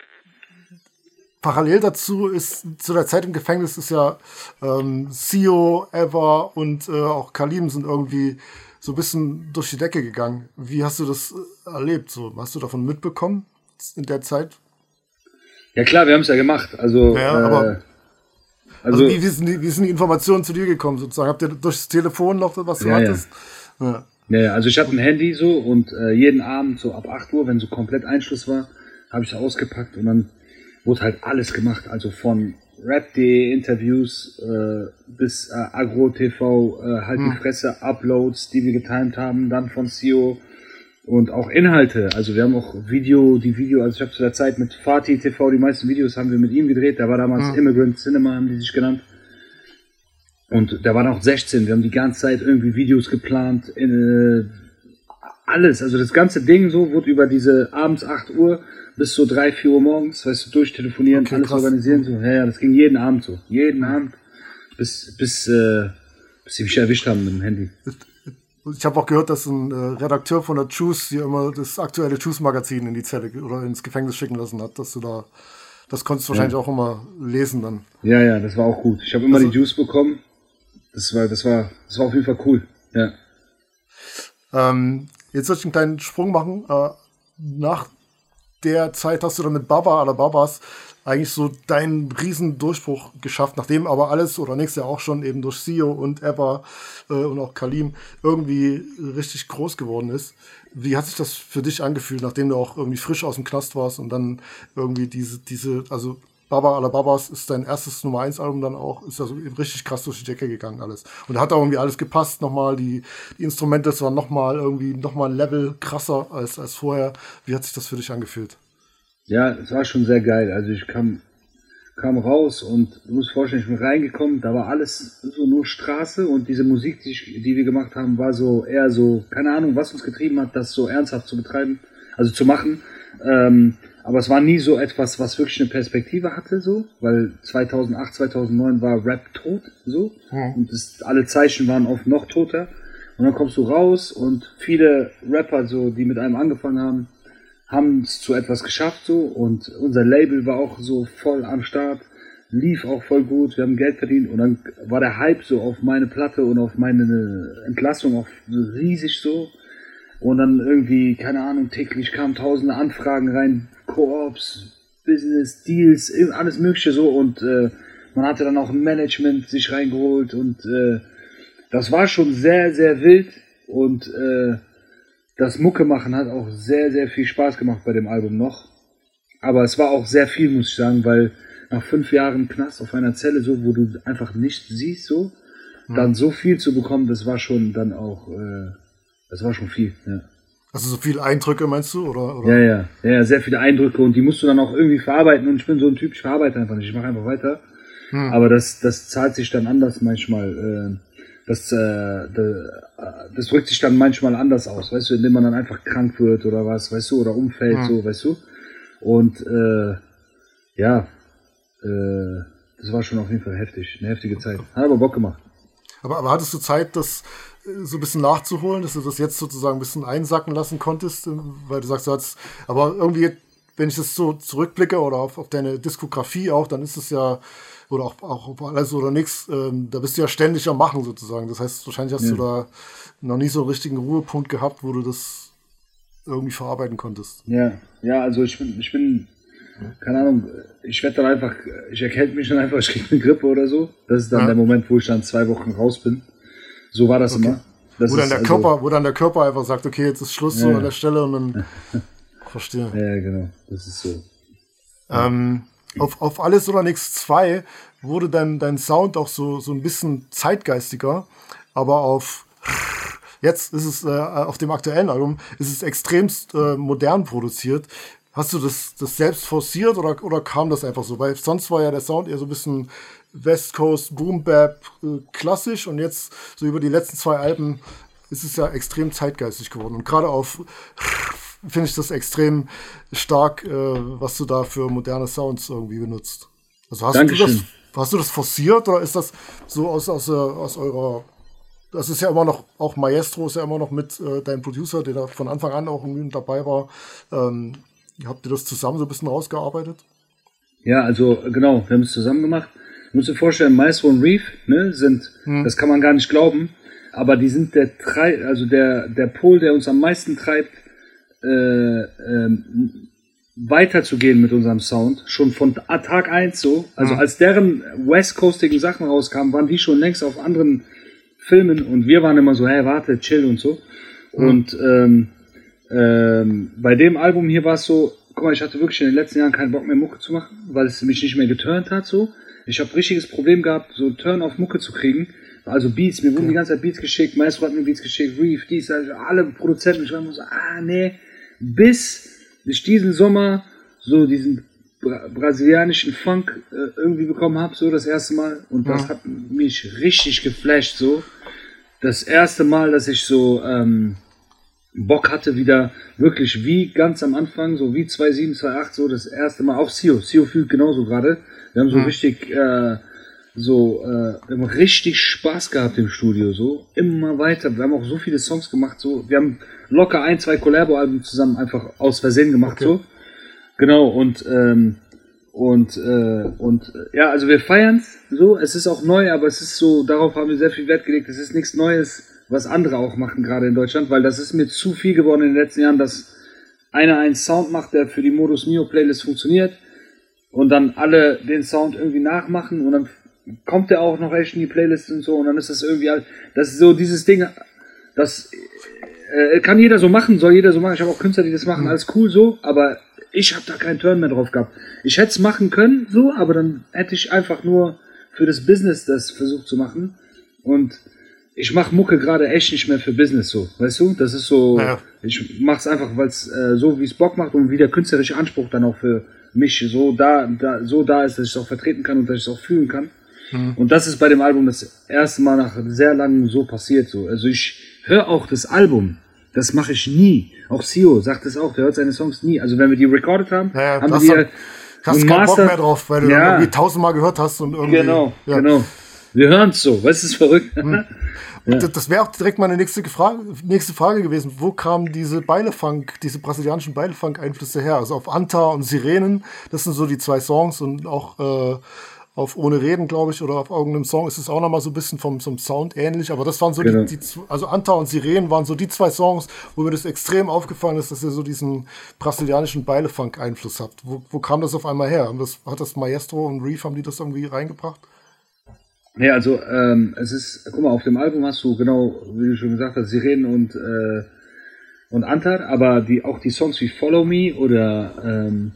Parallel dazu ist, zu der Zeit im Gefängnis ist ja ähm, Sio, Ever und äh, auch Kalim sind irgendwie so ein bisschen durch die Decke gegangen. Wie hast du das erlebt? So, hast du davon mitbekommen in der Zeit? Ja klar, wir haben es ja gemacht. Also, ja, äh, aber, also, also wie, wie, sind die, wie sind die Informationen zu dir gekommen sozusagen? Habt ihr durchs Telefon noch was du ja, hattest? Ja. Ja. ja, also ich hatte ein Handy so und äh, jeden Abend so ab acht Uhr, wenn so komplett Einschluss war, habe ich es ausgepackt und dann wurde halt alles gemacht, also von Rap punkt de, Interviews äh, bis äh, Agro T V, äh, halt hm. die Fresse, Uploads, die wir getimed haben, dann von Sio und auch Inhalte, also wir haben auch Video, die Video, also ich habe zu der Zeit mit Fatih T V, die meisten Videos haben wir mit ihm gedreht, der war damals hm. Immigrant Cinema, haben die sich genannt. Und der war noch sechzehn, wir haben die ganze Zeit irgendwie Videos geplant, in, äh, alles, also das ganze Ding so wurde über diese abends acht Uhr bis so drei, vier Uhr morgens, weißt du, durchtelefonieren, okay, alles krass. Organisieren, so. Ja, ja, das ging jeden Abend so. Jeden Abend. Bis, bis, äh, bis sie mich erwischt haben mit dem Handy. Ich habe auch gehört, dass ein äh, Redakteur von der Juice hier immer das aktuelle Juice-Magazin in die Zelle oder ins Gefängnis schicken lassen hat, dass du da, das konntest du wahrscheinlich ja. auch immer lesen dann. Ja, ja, das war auch gut. Ich habe immer also, die Juice bekommen. Das war, das war, das war auf jeden Fall cool. Ja. Ähm, jetzt soll ich einen kleinen Sprung machen. Äh, nach der Zeit hast du dann mit Baba aller Babas eigentlich so deinen riesen Durchbruch geschafft, nachdem aber alles oder nächstes Jahr auch schon eben durch Sio und Ever äh, und auch Kalim irgendwie richtig groß geworden ist. Wie hat sich das für dich angefühlt, nachdem du auch irgendwie frisch aus dem Knast warst und dann irgendwie diese, diese, also Baba aller Babas ist dein erstes Nummer eins Album dann auch, ist also richtig krass durch die Decke gegangen alles. Und da hat auch irgendwie alles gepasst, nochmal, die, die Instrumente, das war nochmal irgendwie, nochmal ein Level krasser als, als vorher. Wie hat sich das für dich angefühlt? Ja, es war schon sehr geil. Also ich kam, kam raus und du musst dir vorstellen, ich bin reingekommen, da war alles so nur Straße und diese Musik, die, ich, die wir gemacht haben, war so eher so, keine Ahnung, was uns getrieben hat, das so ernsthaft zu betreiben, also zu machen. Ähm, aber es war nie so etwas, was wirklich eine Perspektive hatte, so, weil zweitausendacht, zweitausendneun war Rap tot, so, hm. und das, alle Zeichen waren auf noch toter. Und dann kommst du raus und viele Rapper, so, die mit einem angefangen haben, haben es zu etwas geschafft, so, und unser Label war auch so voll am Start, lief auch voll gut, wir haben Geld verdient und dann war der Hype so auf meine Platte und auf meine Entlassung auch riesig so. Und dann irgendwie, keine Ahnung, täglich kamen tausende Anfragen rein, Koops, Business, Deals, alles mögliche so. Und äh, man hatte dann auch ein Management sich reingeholt und äh, das war schon sehr, sehr wild. Und äh, das Mucke machen hat auch sehr, sehr viel Spaß gemacht bei dem Album noch. Aber es war auch sehr viel, muss ich sagen, weil nach fünf Jahren Knast auf einer Zelle, so, wo du einfach nichts siehst, so, mhm. dann so viel zu bekommen, das war schon dann auch... Äh, Das war schon viel, ja. Also so viele Eindrücke, meinst du? Oder, oder? Ja, ja, ja, sehr viele Eindrücke und die musst du dann auch irgendwie verarbeiten und ich bin so ein Typ, ich verarbeite einfach nicht, ich mache einfach weiter. Hm. Aber das, das zahlt sich dann anders manchmal, äh, das, äh, das drückt sich dann manchmal anders aus, weißt du, indem man dann einfach krank wird oder was, weißt du, oder umfällt, hm. so, weißt du. Und äh, ja, äh, das war schon auf jeden Fall heftig, eine heftige Zeit. Hat aber Bock gemacht. Aber, aber hattest du Zeit, das so ein bisschen nachzuholen, dass du das jetzt sozusagen ein bisschen einsacken lassen konntest, weil du sagst, du hattest, aber irgendwie, wenn ich das so zurückblicke oder auf, auf deine Diskografie auch, dann ist es ja, oder auch, auch auf alles oder nichts, ähm, da bist du ja ständig am Machen sozusagen. Das heißt, wahrscheinlich hast ja. du da noch nie so einen richtigen Ruhepunkt gehabt, wo du das irgendwie verarbeiten konntest. Ja, ja, also ich bin, ich bin, keine Ahnung, ich werde dann einfach, ich erkälte mich dann einfach, ich kriege eine Grippe oder so. Das ist dann ja. der Moment, wo ich dann zwei Wochen raus bin. So war das okay. immer. Das wo, dann der also, Körper, wo dann der Körper einfach sagt, okay, jetzt ist Schluss ja, so an der Stelle und dann verstehe. Ja, genau, das ist so. Ähm, auf, auf Alles oder Nichts zwei wurde dann dein Sound auch so, so ein bisschen zeitgeistiger, aber auf jetzt ist es, äh, auf dem aktuellen Album, ist es extremst äh, modern produziert. Hast du das, das selbst forciert oder, oder kam das einfach so? Weil sonst war ja der Sound eher so ein bisschen West Coast, Boom Bap, äh, klassisch und jetzt so über die letzten zwei Alben ist es ja extrem zeitgeistig geworden. Und gerade auf finde ich das extrem stark, äh, was du da für moderne Sounds irgendwie benutzt. Also hast Dankeschön. du das, hast du das forciert oder ist das so aus, aus, aus eurer, das ist ja immer noch, auch Maestro ist ja immer noch mit äh, deinem Producer, der da von Anfang an auch irgendwie dabei war. Ähm, habt ihr das zusammen so ein bisschen rausgearbeitet? Ja, also genau, wir haben es zusammen gemacht. Du musst dir vorstellen, Maestro und Reef, ne, sind, hm. das kann man gar nicht glauben, aber die sind der Trei- also der, der Pol, der uns am meisten treibt, äh, ähm, weiterzugehen mit unserem Sound, schon von Tag eins so, also hm. als deren westcoastigen Sachen rauskamen, waren die schon längst auf anderen Filmen und wir waren immer so, hey, warte, chill und so. Hm. Und ähm, ähm, bei dem Album hier war es so, guck mal, ich hatte wirklich in den letzten Jahren keinen Bock mehr Mucke zu machen, weil es mich nicht mehr geturnt hat so. Ich habe richtiges Problem gehabt, so Turn auf Mucke zu kriegen. Also Beats, mir wurden okay. die ganze Zeit Beats geschickt, Maestro hat mir Beats geschickt, Reef, dies, also alle Produzenten, ich war immer so, ah nee, bis ich diesen Sommer so diesen bra- brasilianischen Funk äh, irgendwie bekommen habe, so das erste Mal. Und das ja. hat mich richtig geflasht, so. Das erste Mal, dass ich so ähm, Bock hatte, wieder wirklich wie ganz am Anfang, so wie zwei sieben, zwei acht, so das erste Mal, auch Sio, Sio fühlt genauso gerade. Wir haben so ja. richtig, äh, so, äh, wir haben richtig Spaß gehabt im Studio, so, immer weiter. Wir haben auch so viele Songs gemacht, so, wir haben locker ein, zwei Collabo-Alben zusammen einfach aus Versehen gemacht, okay. so. Genau, und, ähm, und, äh, und, ja, also wir feiern's, so, es ist auch neu, aber es ist so, darauf haben wir sehr viel Wert gelegt, es ist nichts Neues, was andere auch machen, gerade in Deutschland, weil das ist mir zu viel geworden in den letzten Jahren, dass einer einen Sound macht, der für die Modus Mio Playlist funktioniert, und dann alle den Sound irgendwie nachmachen und dann kommt der auch noch echt in die Playlist und so und dann ist das irgendwie, das ist so dieses Ding, das äh, kann jeder so machen, soll jeder so machen, ich habe auch Künstler, die das machen, alles cool so, aber ich habe da keinen Turn mehr drauf gehabt. Ich hätte es machen können, so, aber dann hätte ich einfach nur für das Business das versucht zu machen und ich mache Mucke gerade echt nicht mehr für Business so, weißt du? Das ist so, ja. ich mach's einfach, weil es äh, so wie es Bock macht und wie der künstlerische Anspruch dann auch für mich so da, da so da ist, dass ich es auch vertreten kann und dass ich es auch fühlen kann. Mhm. Und das ist bei dem Album das erste Mal nach sehr langem so passiert so. Also ich höre auch das Album, das mache ich nie. Auch Sio sagt es auch, der hört seine Songs nie. Also wenn wir die recorded haben, ja, ja, haben wir die halt hast keinen Bock mehr drauf, weil du ja. irgendwie tausendmal gehört hast und irgendwie. Genau, ja. genau. Wir hören es so, weißt du, ist verrückt. Hm. Ja. Das wäre auch direkt meine nächste Frage, nächste Frage gewesen. Wo kamen diese Beilefunk, diese brasilianischen Beilefunk-Einflüsse her? Also auf Anta und Sirenen, das sind so die zwei Songs und auch äh, auf Ohne Reden, glaube ich, oder auf irgendeinem Song ist es auch nochmal so ein bisschen vom, vom Sound ähnlich, aber das waren so genau. die, die, also Anta und Sirenen waren so die zwei Songs, wo mir das extrem aufgefallen ist, dass ihr so diesen brasilianischen Beilefunk-Einfluss habt. Wo, wo kam das auf einmal her? Und das, hat das Maestro und Reef, haben die das irgendwie reingebracht? Nee, also ähm, es ist, guck mal, auf dem Album hast du genau, wie du schon gesagt hast, Sirenen und äh, und Antar, aber die auch die Songs wie Follow Me oder ähm,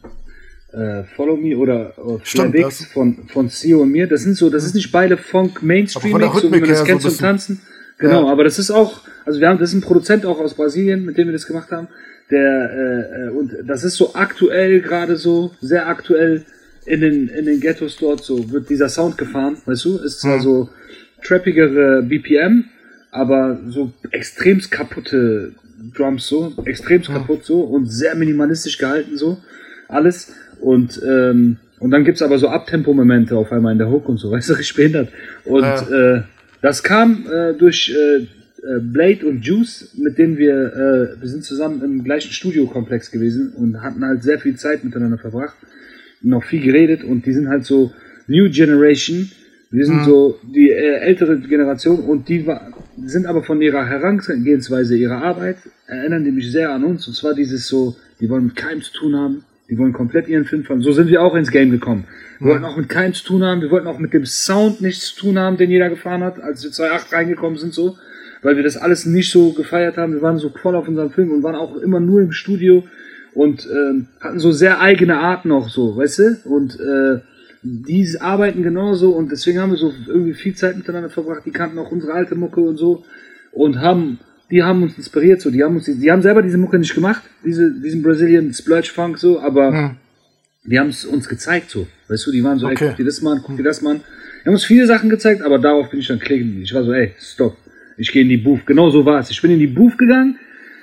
äh, Follow Me oder Fladex von von Sio und mir, das sind so, das ist nicht beide Funk Mainstream, so wie man das kennt so zum Tanzen. Genau, ja. Aber das ist auch, also wir haben, das ist ein Produzent auch aus Brasilien, mit dem wir das gemacht haben, der äh, und das ist so aktuell gerade so, sehr aktuell. In den, in den Ghettos dort so wird dieser Sound gefahren, weißt du? Ist zwar mhm. so trappigere B P M, aber so extremst kaputte Drums so, extremst mhm. kaputt so und sehr minimalistisch gehalten so, alles. Und, ähm, und dann gibt's aber so Abtempo-Momente auf einmal in der Hook und so, weißt du, richtig behindert. Und ja. äh, das kam äh, durch äh, Blade und Juice, mit denen wir, äh, wir sind zusammen im gleichen Studiokomplex gewesen und hatten halt sehr viel Zeit miteinander verbracht. Noch viel geredet und die sind halt so New Generation, wir sind mhm. so die äh, ältere Generation und die war, sind aber von ihrer Herangehensweise, ihrer Arbeit, erinnern die mich sehr an uns und zwar dieses so, die wollen mit keinem zu tun haben, die wollen komplett ihren Film fahren, so sind wir auch ins Game gekommen. Wir mhm. wollten auch mit keinem zu tun haben, wir wollten auch mit dem Sound nichts zu tun haben, den jeder gefahren hat, als wir zweitausendacht reingekommen sind so, weil wir das alles nicht so gefeiert haben, wir waren so voll auf unserem Film und waren auch immer nur im Studio und ähm, hatten so sehr eigene Art noch so, weißt du? Und äh, die arbeiten genauso und deswegen haben wir so irgendwie viel Zeit miteinander verbracht. Die kannten auch unsere alte Mucke und so und haben, die haben uns inspiriert so. Die haben uns, die haben selber diese Mucke nicht gemacht, diese, diesen Brazilian Splurge Funk so, aber hm. die haben es uns gezeigt so, weißt du? Die waren so, okay. ey, guck dir das mal an, guck dir das mal an. Die haben uns viele Sachen gezeigt, aber darauf bin ich dann klicken. Ich war so, ey, stopp, ich gehe in die Booth. Genau so war es. Ich bin in die Booth gegangen.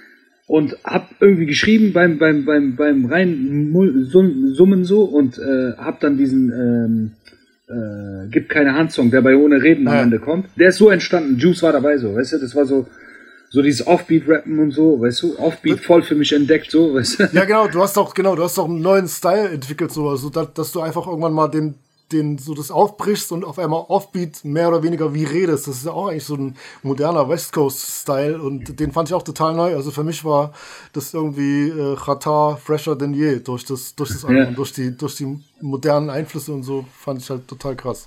Und hab irgendwie geschrieben beim beim beim beim rein Summen so und äh, hab dann diesen ähm, äh, gibt keine Handsong, der bei Ohne Reden am ja. Ende kommt. Der ist so entstanden. Juice war dabei so, weißt du. Das war so so dieses Offbeat-Rappen und so, weißt du. Offbeat voll für mich entdeckt so, weißt du. Ja genau, du hast doch genau, du hast doch einen neuen Style entwickelt so, also dass, dass du einfach irgendwann mal den den so das aufbrichst und auf einmal Offbeat mehr oder weniger wie redest. Das ist ja auch eigentlich so ein moderner West Coast-Style und den fand ich auch total neu. Also für mich war das irgendwie äh, Chata fresher denn je durch das, durch das Album, ja. durch die, durch die modernen Einflüsse und so fand ich halt total krass.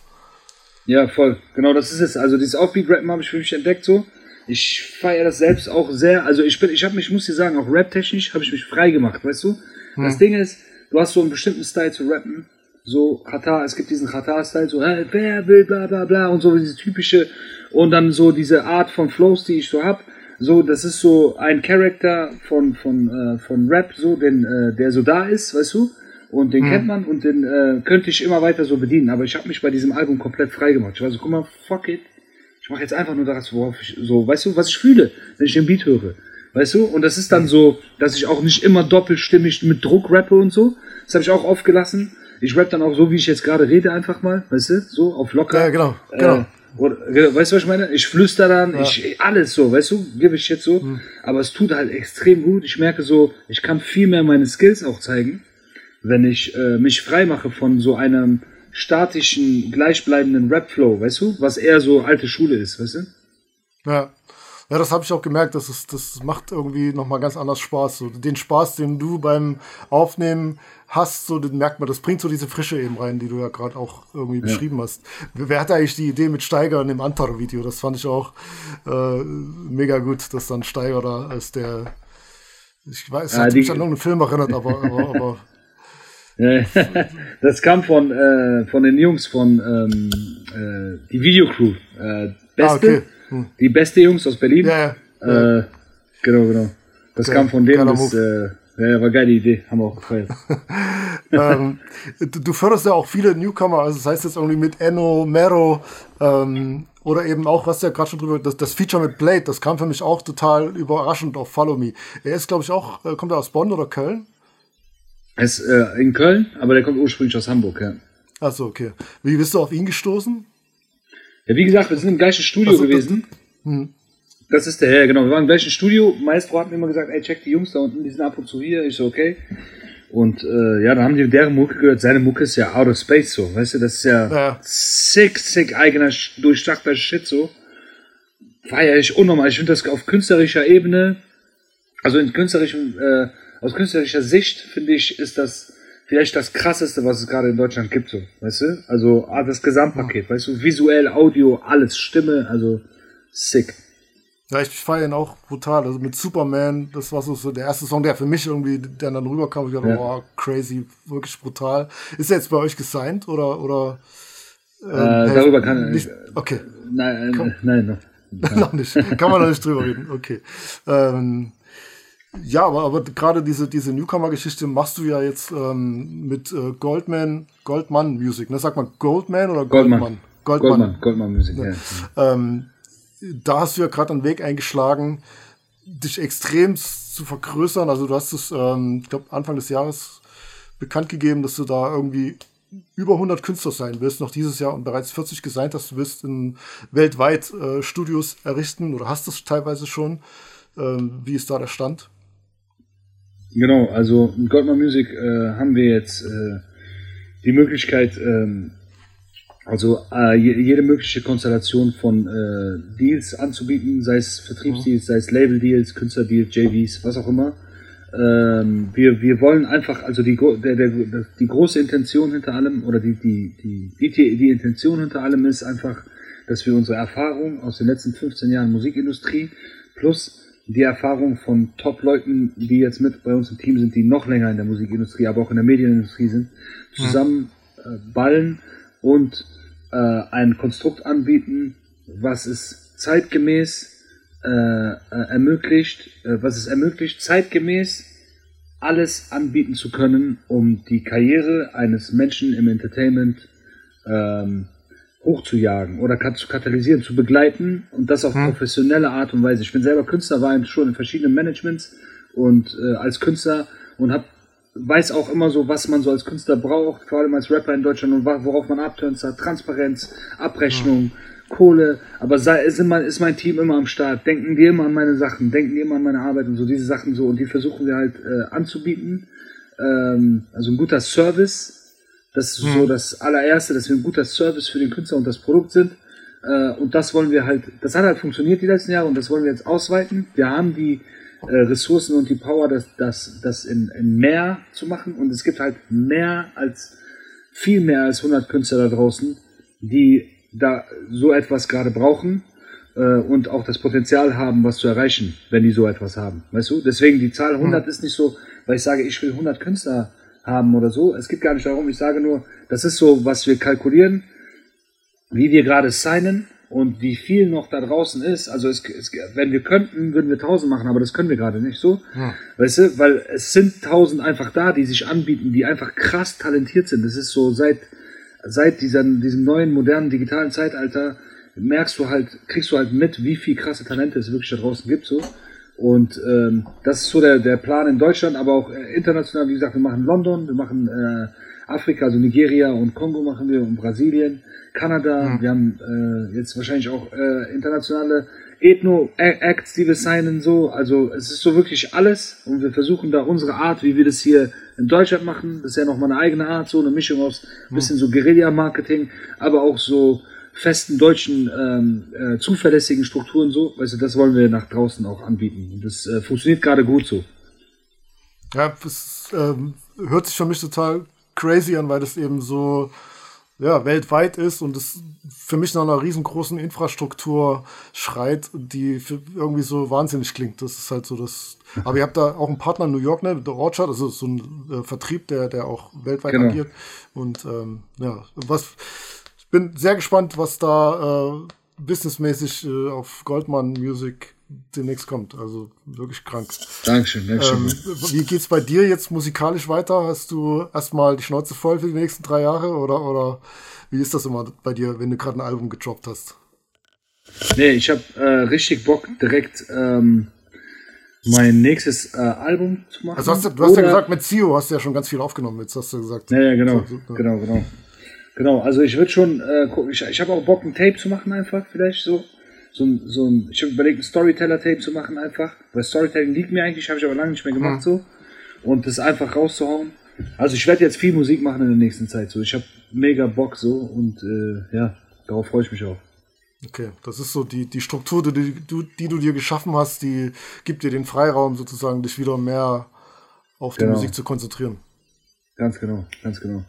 Ja, voll. Genau, das ist es. Also dieses Offbeat-Rappen habe ich für mich entdeckt so. Ich feiere das selbst auch sehr. Also ich bin, ich habe mich, muss dir sagen, auch rap-technisch habe ich mich frei gemacht, weißt du? Hm. Das Ding ist, du hast so einen bestimmten Style zu rappen. So, Chata, es gibt diesen Chata-Style, so, hey, wer will, bla, bla, bla, und so, diese typische, und dann so diese Art von Flows, die ich so hab, so, das ist so ein Charakter von, von, äh, von Rap, so, den, äh, der so da ist, weißt du, und den mhm. kennt man, und den, äh, könnte ich immer weiter so bedienen, aber ich habe mich bei diesem Album komplett frei gemacht. Ich war so, guck mal, fuck it, ich mache jetzt einfach nur das, worauf ich, so, weißt du, was ich fühle, wenn ich den Beat höre, weißt du, und das ist dann so, dass ich auch nicht immer doppelstimmig mit Druck rappe und so, das habe ich auch oft gelassen. Ich rap dann auch so, wie ich jetzt gerade rede, einfach mal, weißt du, so auf locker. Ja, genau, genau. Äh, oder, weißt du, was ich meine? Ich flüster dann, ja. ich, alles so, weißt du, gebe ich jetzt so. Mhm. Aber es tut halt extrem gut. Ich merke so, ich kann viel mehr meine Skills auch zeigen, wenn ich äh, mich frei mache von so einem statischen, gleichbleibenden Rap-Flow, weißt du, was eher so alte Schule ist, weißt du? Ja. Ja, das habe ich auch gemerkt, das, ist, das macht irgendwie nochmal ganz anders Spaß. So, den Spaß, den du beim Aufnehmen hast, so, den merkt man, das bringt so diese Frische eben rein, die du ja gerade auch irgendwie ja. beschrieben hast. Wer hatte eigentlich die Idee mit Steiger in dem Antar-Video? Das fand ich auch äh, mega gut, dass dann Steiger da als der, ich weiß, ja, hat mich an irgendeinen Film erinnert, aber, aber, aber das kam von, äh, von den Jungs von ähm, äh, die Videocrew. Äh, Beste. Ah, okay. Hm. Die beste Jungs aus Berlin. Ja, ja. Äh, ja. Genau, genau. Das Ja, kam von denen, geiler das äh, ja, war geile Idee, haben wir auch gefeiert. ähm, du, du förderst ja auch viele Newcomer, also das heißt jetzt irgendwie mit Enno, Mero, ähm, oder eben auch, was ja gerade schon drüber, das, das Feature mit Blade, das kam für mich auch total überraschend auf Follow Me. Er ist, glaube ich, auch, äh, kommt er aus Bonn oder Köln? Er ist äh, in Köln, aber der kommt ursprünglich aus Hamburg, ja. Achso, okay. Wie bist du auf ihn gestoßen? Ja, wie gesagt, wir sind im gleichen Studio Also, gewesen. Das, hm. das ist der, ja genau, wir waren im gleichen Studio. Maestro hat mir immer gesagt, ey, check die Jungs da unten, die sind ab und zu hier. Ich so, okay. Und äh, ja, dann haben die deren Mucke gehört. Seine Mucke ist ja out of space so, weißt du, das ist ja, ja. sick, sick eigener, durchdachter Shit so. Feier ich unnormal. Ich finde das auf künstlerischer Ebene, also in künstlerischem, äh, aus künstlerischer Sicht, finde ich, ist das vielleicht das Krasseste, was es gerade in Deutschland gibt, so, weißt du? Also das Gesamtpaket, weißt du, visuell, Audio, alles, Stimme, also sick. Ja, ich feiere ihn auch brutal. Also mit Superman, das war so, so der erste Song, der für mich irgendwie, der dann rüberkam. Ich dachte, ja. oh, crazy, wirklich brutal. Ist er jetzt bei euch gesigned oder? oder ähm, äh, darüber kann nicht. Okay. Nein, kann, nein, noch. noch nicht. Kann man noch nicht drüber reden. Okay. Ähm, ja, aber, aber gerade diese, diese Newcomer-Geschichte machst du ja jetzt ähm, mit äh, Goldman, Goldman Music. Ne? Sagt man Goldman oder Goldman? Goldman. Goldman, Goldman, Goldman Music, ja. ja. Ähm, da hast du ja gerade einen Weg eingeschlagen, dich extrem zu vergrößern. Also du hast es, ähm, ich glaube, Anfang des Jahres bekannt gegeben, dass du da irgendwie über hundert Künstler sein willst, noch dieses Jahr und bereits vierzig gesigned hast. Du willst in weltweit äh, Studios errichten oder hast es teilweise schon. Ähm, wie ist da der Stand? Genau, also in Goldman Music äh, haben wir jetzt äh, die Möglichkeit, ähm, also äh, jede mögliche Konstellation von äh, Deals anzubieten, sei es Vertriebsdeals, sei es Label-Deals, Künstler-Deals, J Vs, was auch immer. Ähm, wir, wir wollen einfach, also die, der, der, die große Intention hinter allem, oder die, die, die, die, die Intention hinter allem ist einfach, dass wir unsere Erfahrung aus den letzten fünfzehn Jahren Musikindustrie plus die Erfahrung von Top-Leuten, die jetzt mit bei uns im Team sind, die noch länger in der Musikindustrie, aber auch in der Medienindustrie sind, zusammen äh, ballen und äh, ein Konstrukt anbieten, was es zeitgemäß äh, äh, ermöglicht, äh, was es ermöglicht, zeitgemäß alles anbieten zu können, um die Karriere eines Menschen im Entertainment ähm, hochzujagen oder zu katalysieren, zu begleiten und das auf hm. professionelle Art und Weise. Ich bin selber Künstler, war schon in verschiedenen Managements und äh, als Künstler und hab, weiß auch immer so, was man so als Künstler braucht, vor allem als Rapper in Deutschland und worauf man Abturns hat, Transparenz, Abrechnung, hm. Kohle, aber sei, ist, immer, ist mein Team immer am Start, denken die immer an meine Sachen, denken die immer an meine Arbeit und so, diese Sachen so und die versuchen wir halt äh, anzubieten. Ähm, also ein guter Service. Das ist so das allererste, dass wir ein guter Service für den Künstler und das Produkt sind. Äh, und das wollen wir halt, das hat halt funktioniert die letzten Jahre und das wollen wir jetzt ausweiten. Wir haben die äh, Ressourcen und die Power, das, das, das in, in mehr zu machen. Und es gibt halt mehr als, viel mehr als hundert Künstler da draußen, die da so etwas gerade brauchen äh, und auch das Potenzial haben, was zu erreichen, wenn die so etwas haben. Weißt du? Deswegen die Zahl hundert mhm. ist nicht so, weil ich sage, ich will hundert Künstler haben oder so. Es geht gar nicht darum, ich sage nur, das ist so, was wir kalkulieren, wie wir gerade signen und wie viel noch da draußen ist. Also es, es, wenn wir könnten, würden wir tausend machen, aber das können wir gerade nicht so. Ja. Weißt du, weil es sind tausend einfach da, die sich anbieten, die einfach krass talentiert sind. Das ist so, seit, seit dieser, diesem neuen, modernen, digitalen Zeitalter merkst du halt, kriegst du halt mit, wie viel krasse Talente es wirklich da draußen gibt, so. Und ähm, das ist so der, der Plan in Deutschland, aber auch äh, international. Wie gesagt, wir machen London, wir machen äh, Afrika, also Nigeria und Kongo machen wir und Brasilien, Kanada. Mhm. Wir haben äh, jetzt wahrscheinlich auch äh, internationale Ethno-Acts, die wir signen, so. Also es ist so wirklich alles und wir versuchen da unsere Art, wie wir das hier in Deutschland machen. Das ist ja nochmal eine eigene Art, so eine Mischung aus ein bisschen so Guerilla-Marketing, aber auch so festen deutschen ähm, äh, zuverlässigen Strukturen so, weißt du, das wollen wir nach draußen auch anbieten und das äh, funktioniert gerade gut so. Ja, das ähm, hört sich für mich total crazy an, weil das eben so ja, weltweit ist und es für mich nach einer riesengroßen Infrastruktur schreit, die für irgendwie so wahnsinnig klingt. Das ist halt so das. Aber ihr habt da auch einen Partner in New York, ne, der Orchard, also so ein äh, Vertrieb, der, der auch weltweit genau. agiert und ähm, ja, was bin sehr gespannt, was da äh, businessmäßig äh, auf Goldman Music demnächst kommt. Also wirklich krank. Dankeschön, Dankeschön. Ähm, wie geht's bei dir jetzt musikalisch weiter? Hast du erstmal die Schnauze voll für die nächsten drei Jahre oder, oder wie ist das immer bei dir, wenn du gerade ein Album gedroppt hast? Nee, ich habe äh, richtig Bock, direkt ähm, mein nächstes äh, Album zu machen. Also hast du, du hast Oder, ja gesagt, mit Zio hast du ja schon ganz viel aufgenommen, jetzt hast du gesagt. Ja, ja genau, so, so, genau, genau. Genau, also ich würde schon äh, gucken, ich, ich habe auch Bock, ein Tape zu machen einfach, vielleicht so. So ein, so ein, ich habe überlegt, ein Storyteller-Tape zu machen einfach, weil Storytelling liegt mir eigentlich, habe ich aber lange nicht mehr gemacht mhm. so. Und das einfach rauszuhauen. Also ich werde jetzt viel Musik machen in der nächsten Zeit so. Ich habe mega Bock so und äh, ja, darauf freue ich mich auch. Okay, das ist so die, die Struktur, die du, die du dir geschaffen hast, die gibt dir den Freiraum sozusagen, dich wieder mehr auf die genau. Musik zu konzentrieren. Ganz genau, ganz genau.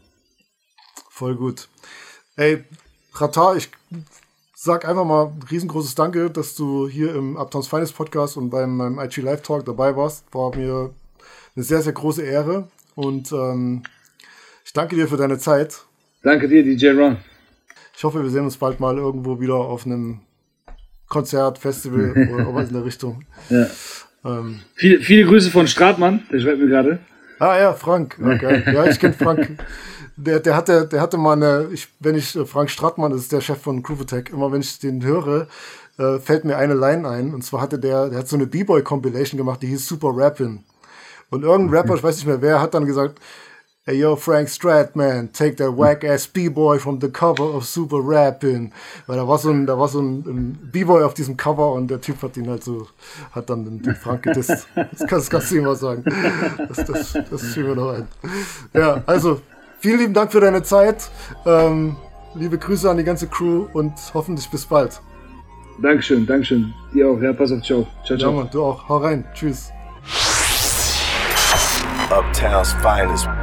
Voll gut. Ey, Rata, ich sag einfach mal ein riesengroßes Danke, dass du hier im Uptowns Finest Podcast und beim, beim I G Live Talk dabei warst. War mir eine sehr, sehr große Ehre und ähm, ich danke dir für deine Zeit. Danke dir, D J Ron. Ich hoffe, wir sehen uns bald mal irgendwo wieder auf einem Konzert, Festival oder was in der Richtung. Ja. Ähm. Viele, viele Grüße von Stratmann, der schreibt mir gerade. Ah ja, Frank. Okay. Ja, ich kenne Frank. Der, der, hatte, der hatte mal eine, ich, wenn ich, Frank Stratmann, das ist der Chef von Groove Attack, immer wenn ich den höre, äh, fällt mir eine Line ein. Und zwar hatte der, der hat so eine B-Boy-Compilation gemacht, die hieß Super Rappin'. Und irgendein Rapper, ich weiß nicht mehr wer, hat dann gesagt, hey yo, Frank Stratman, take that whack-ass B-Boy from the cover of Super Rappin'. Weil da war so ein, da war so ein, ein B-Boy auf diesem Cover und der Typ hat ihn halt so, hat dann den, den Frank gedisst. Das, kann, das kannst du ihm mal sagen. Das, das, das fiel mir noch ein. Ja, also, vielen lieben Dank für deine Zeit. Ähm, liebe Grüße an die ganze Crew und hoffentlich bis bald. Dankeschön, Dankeschön. Dir auch, ja, pass auf, ciao. Ciao, ciao. Ja, Mann, du auch. Hau rein. Tschüss. Uptown's Finest.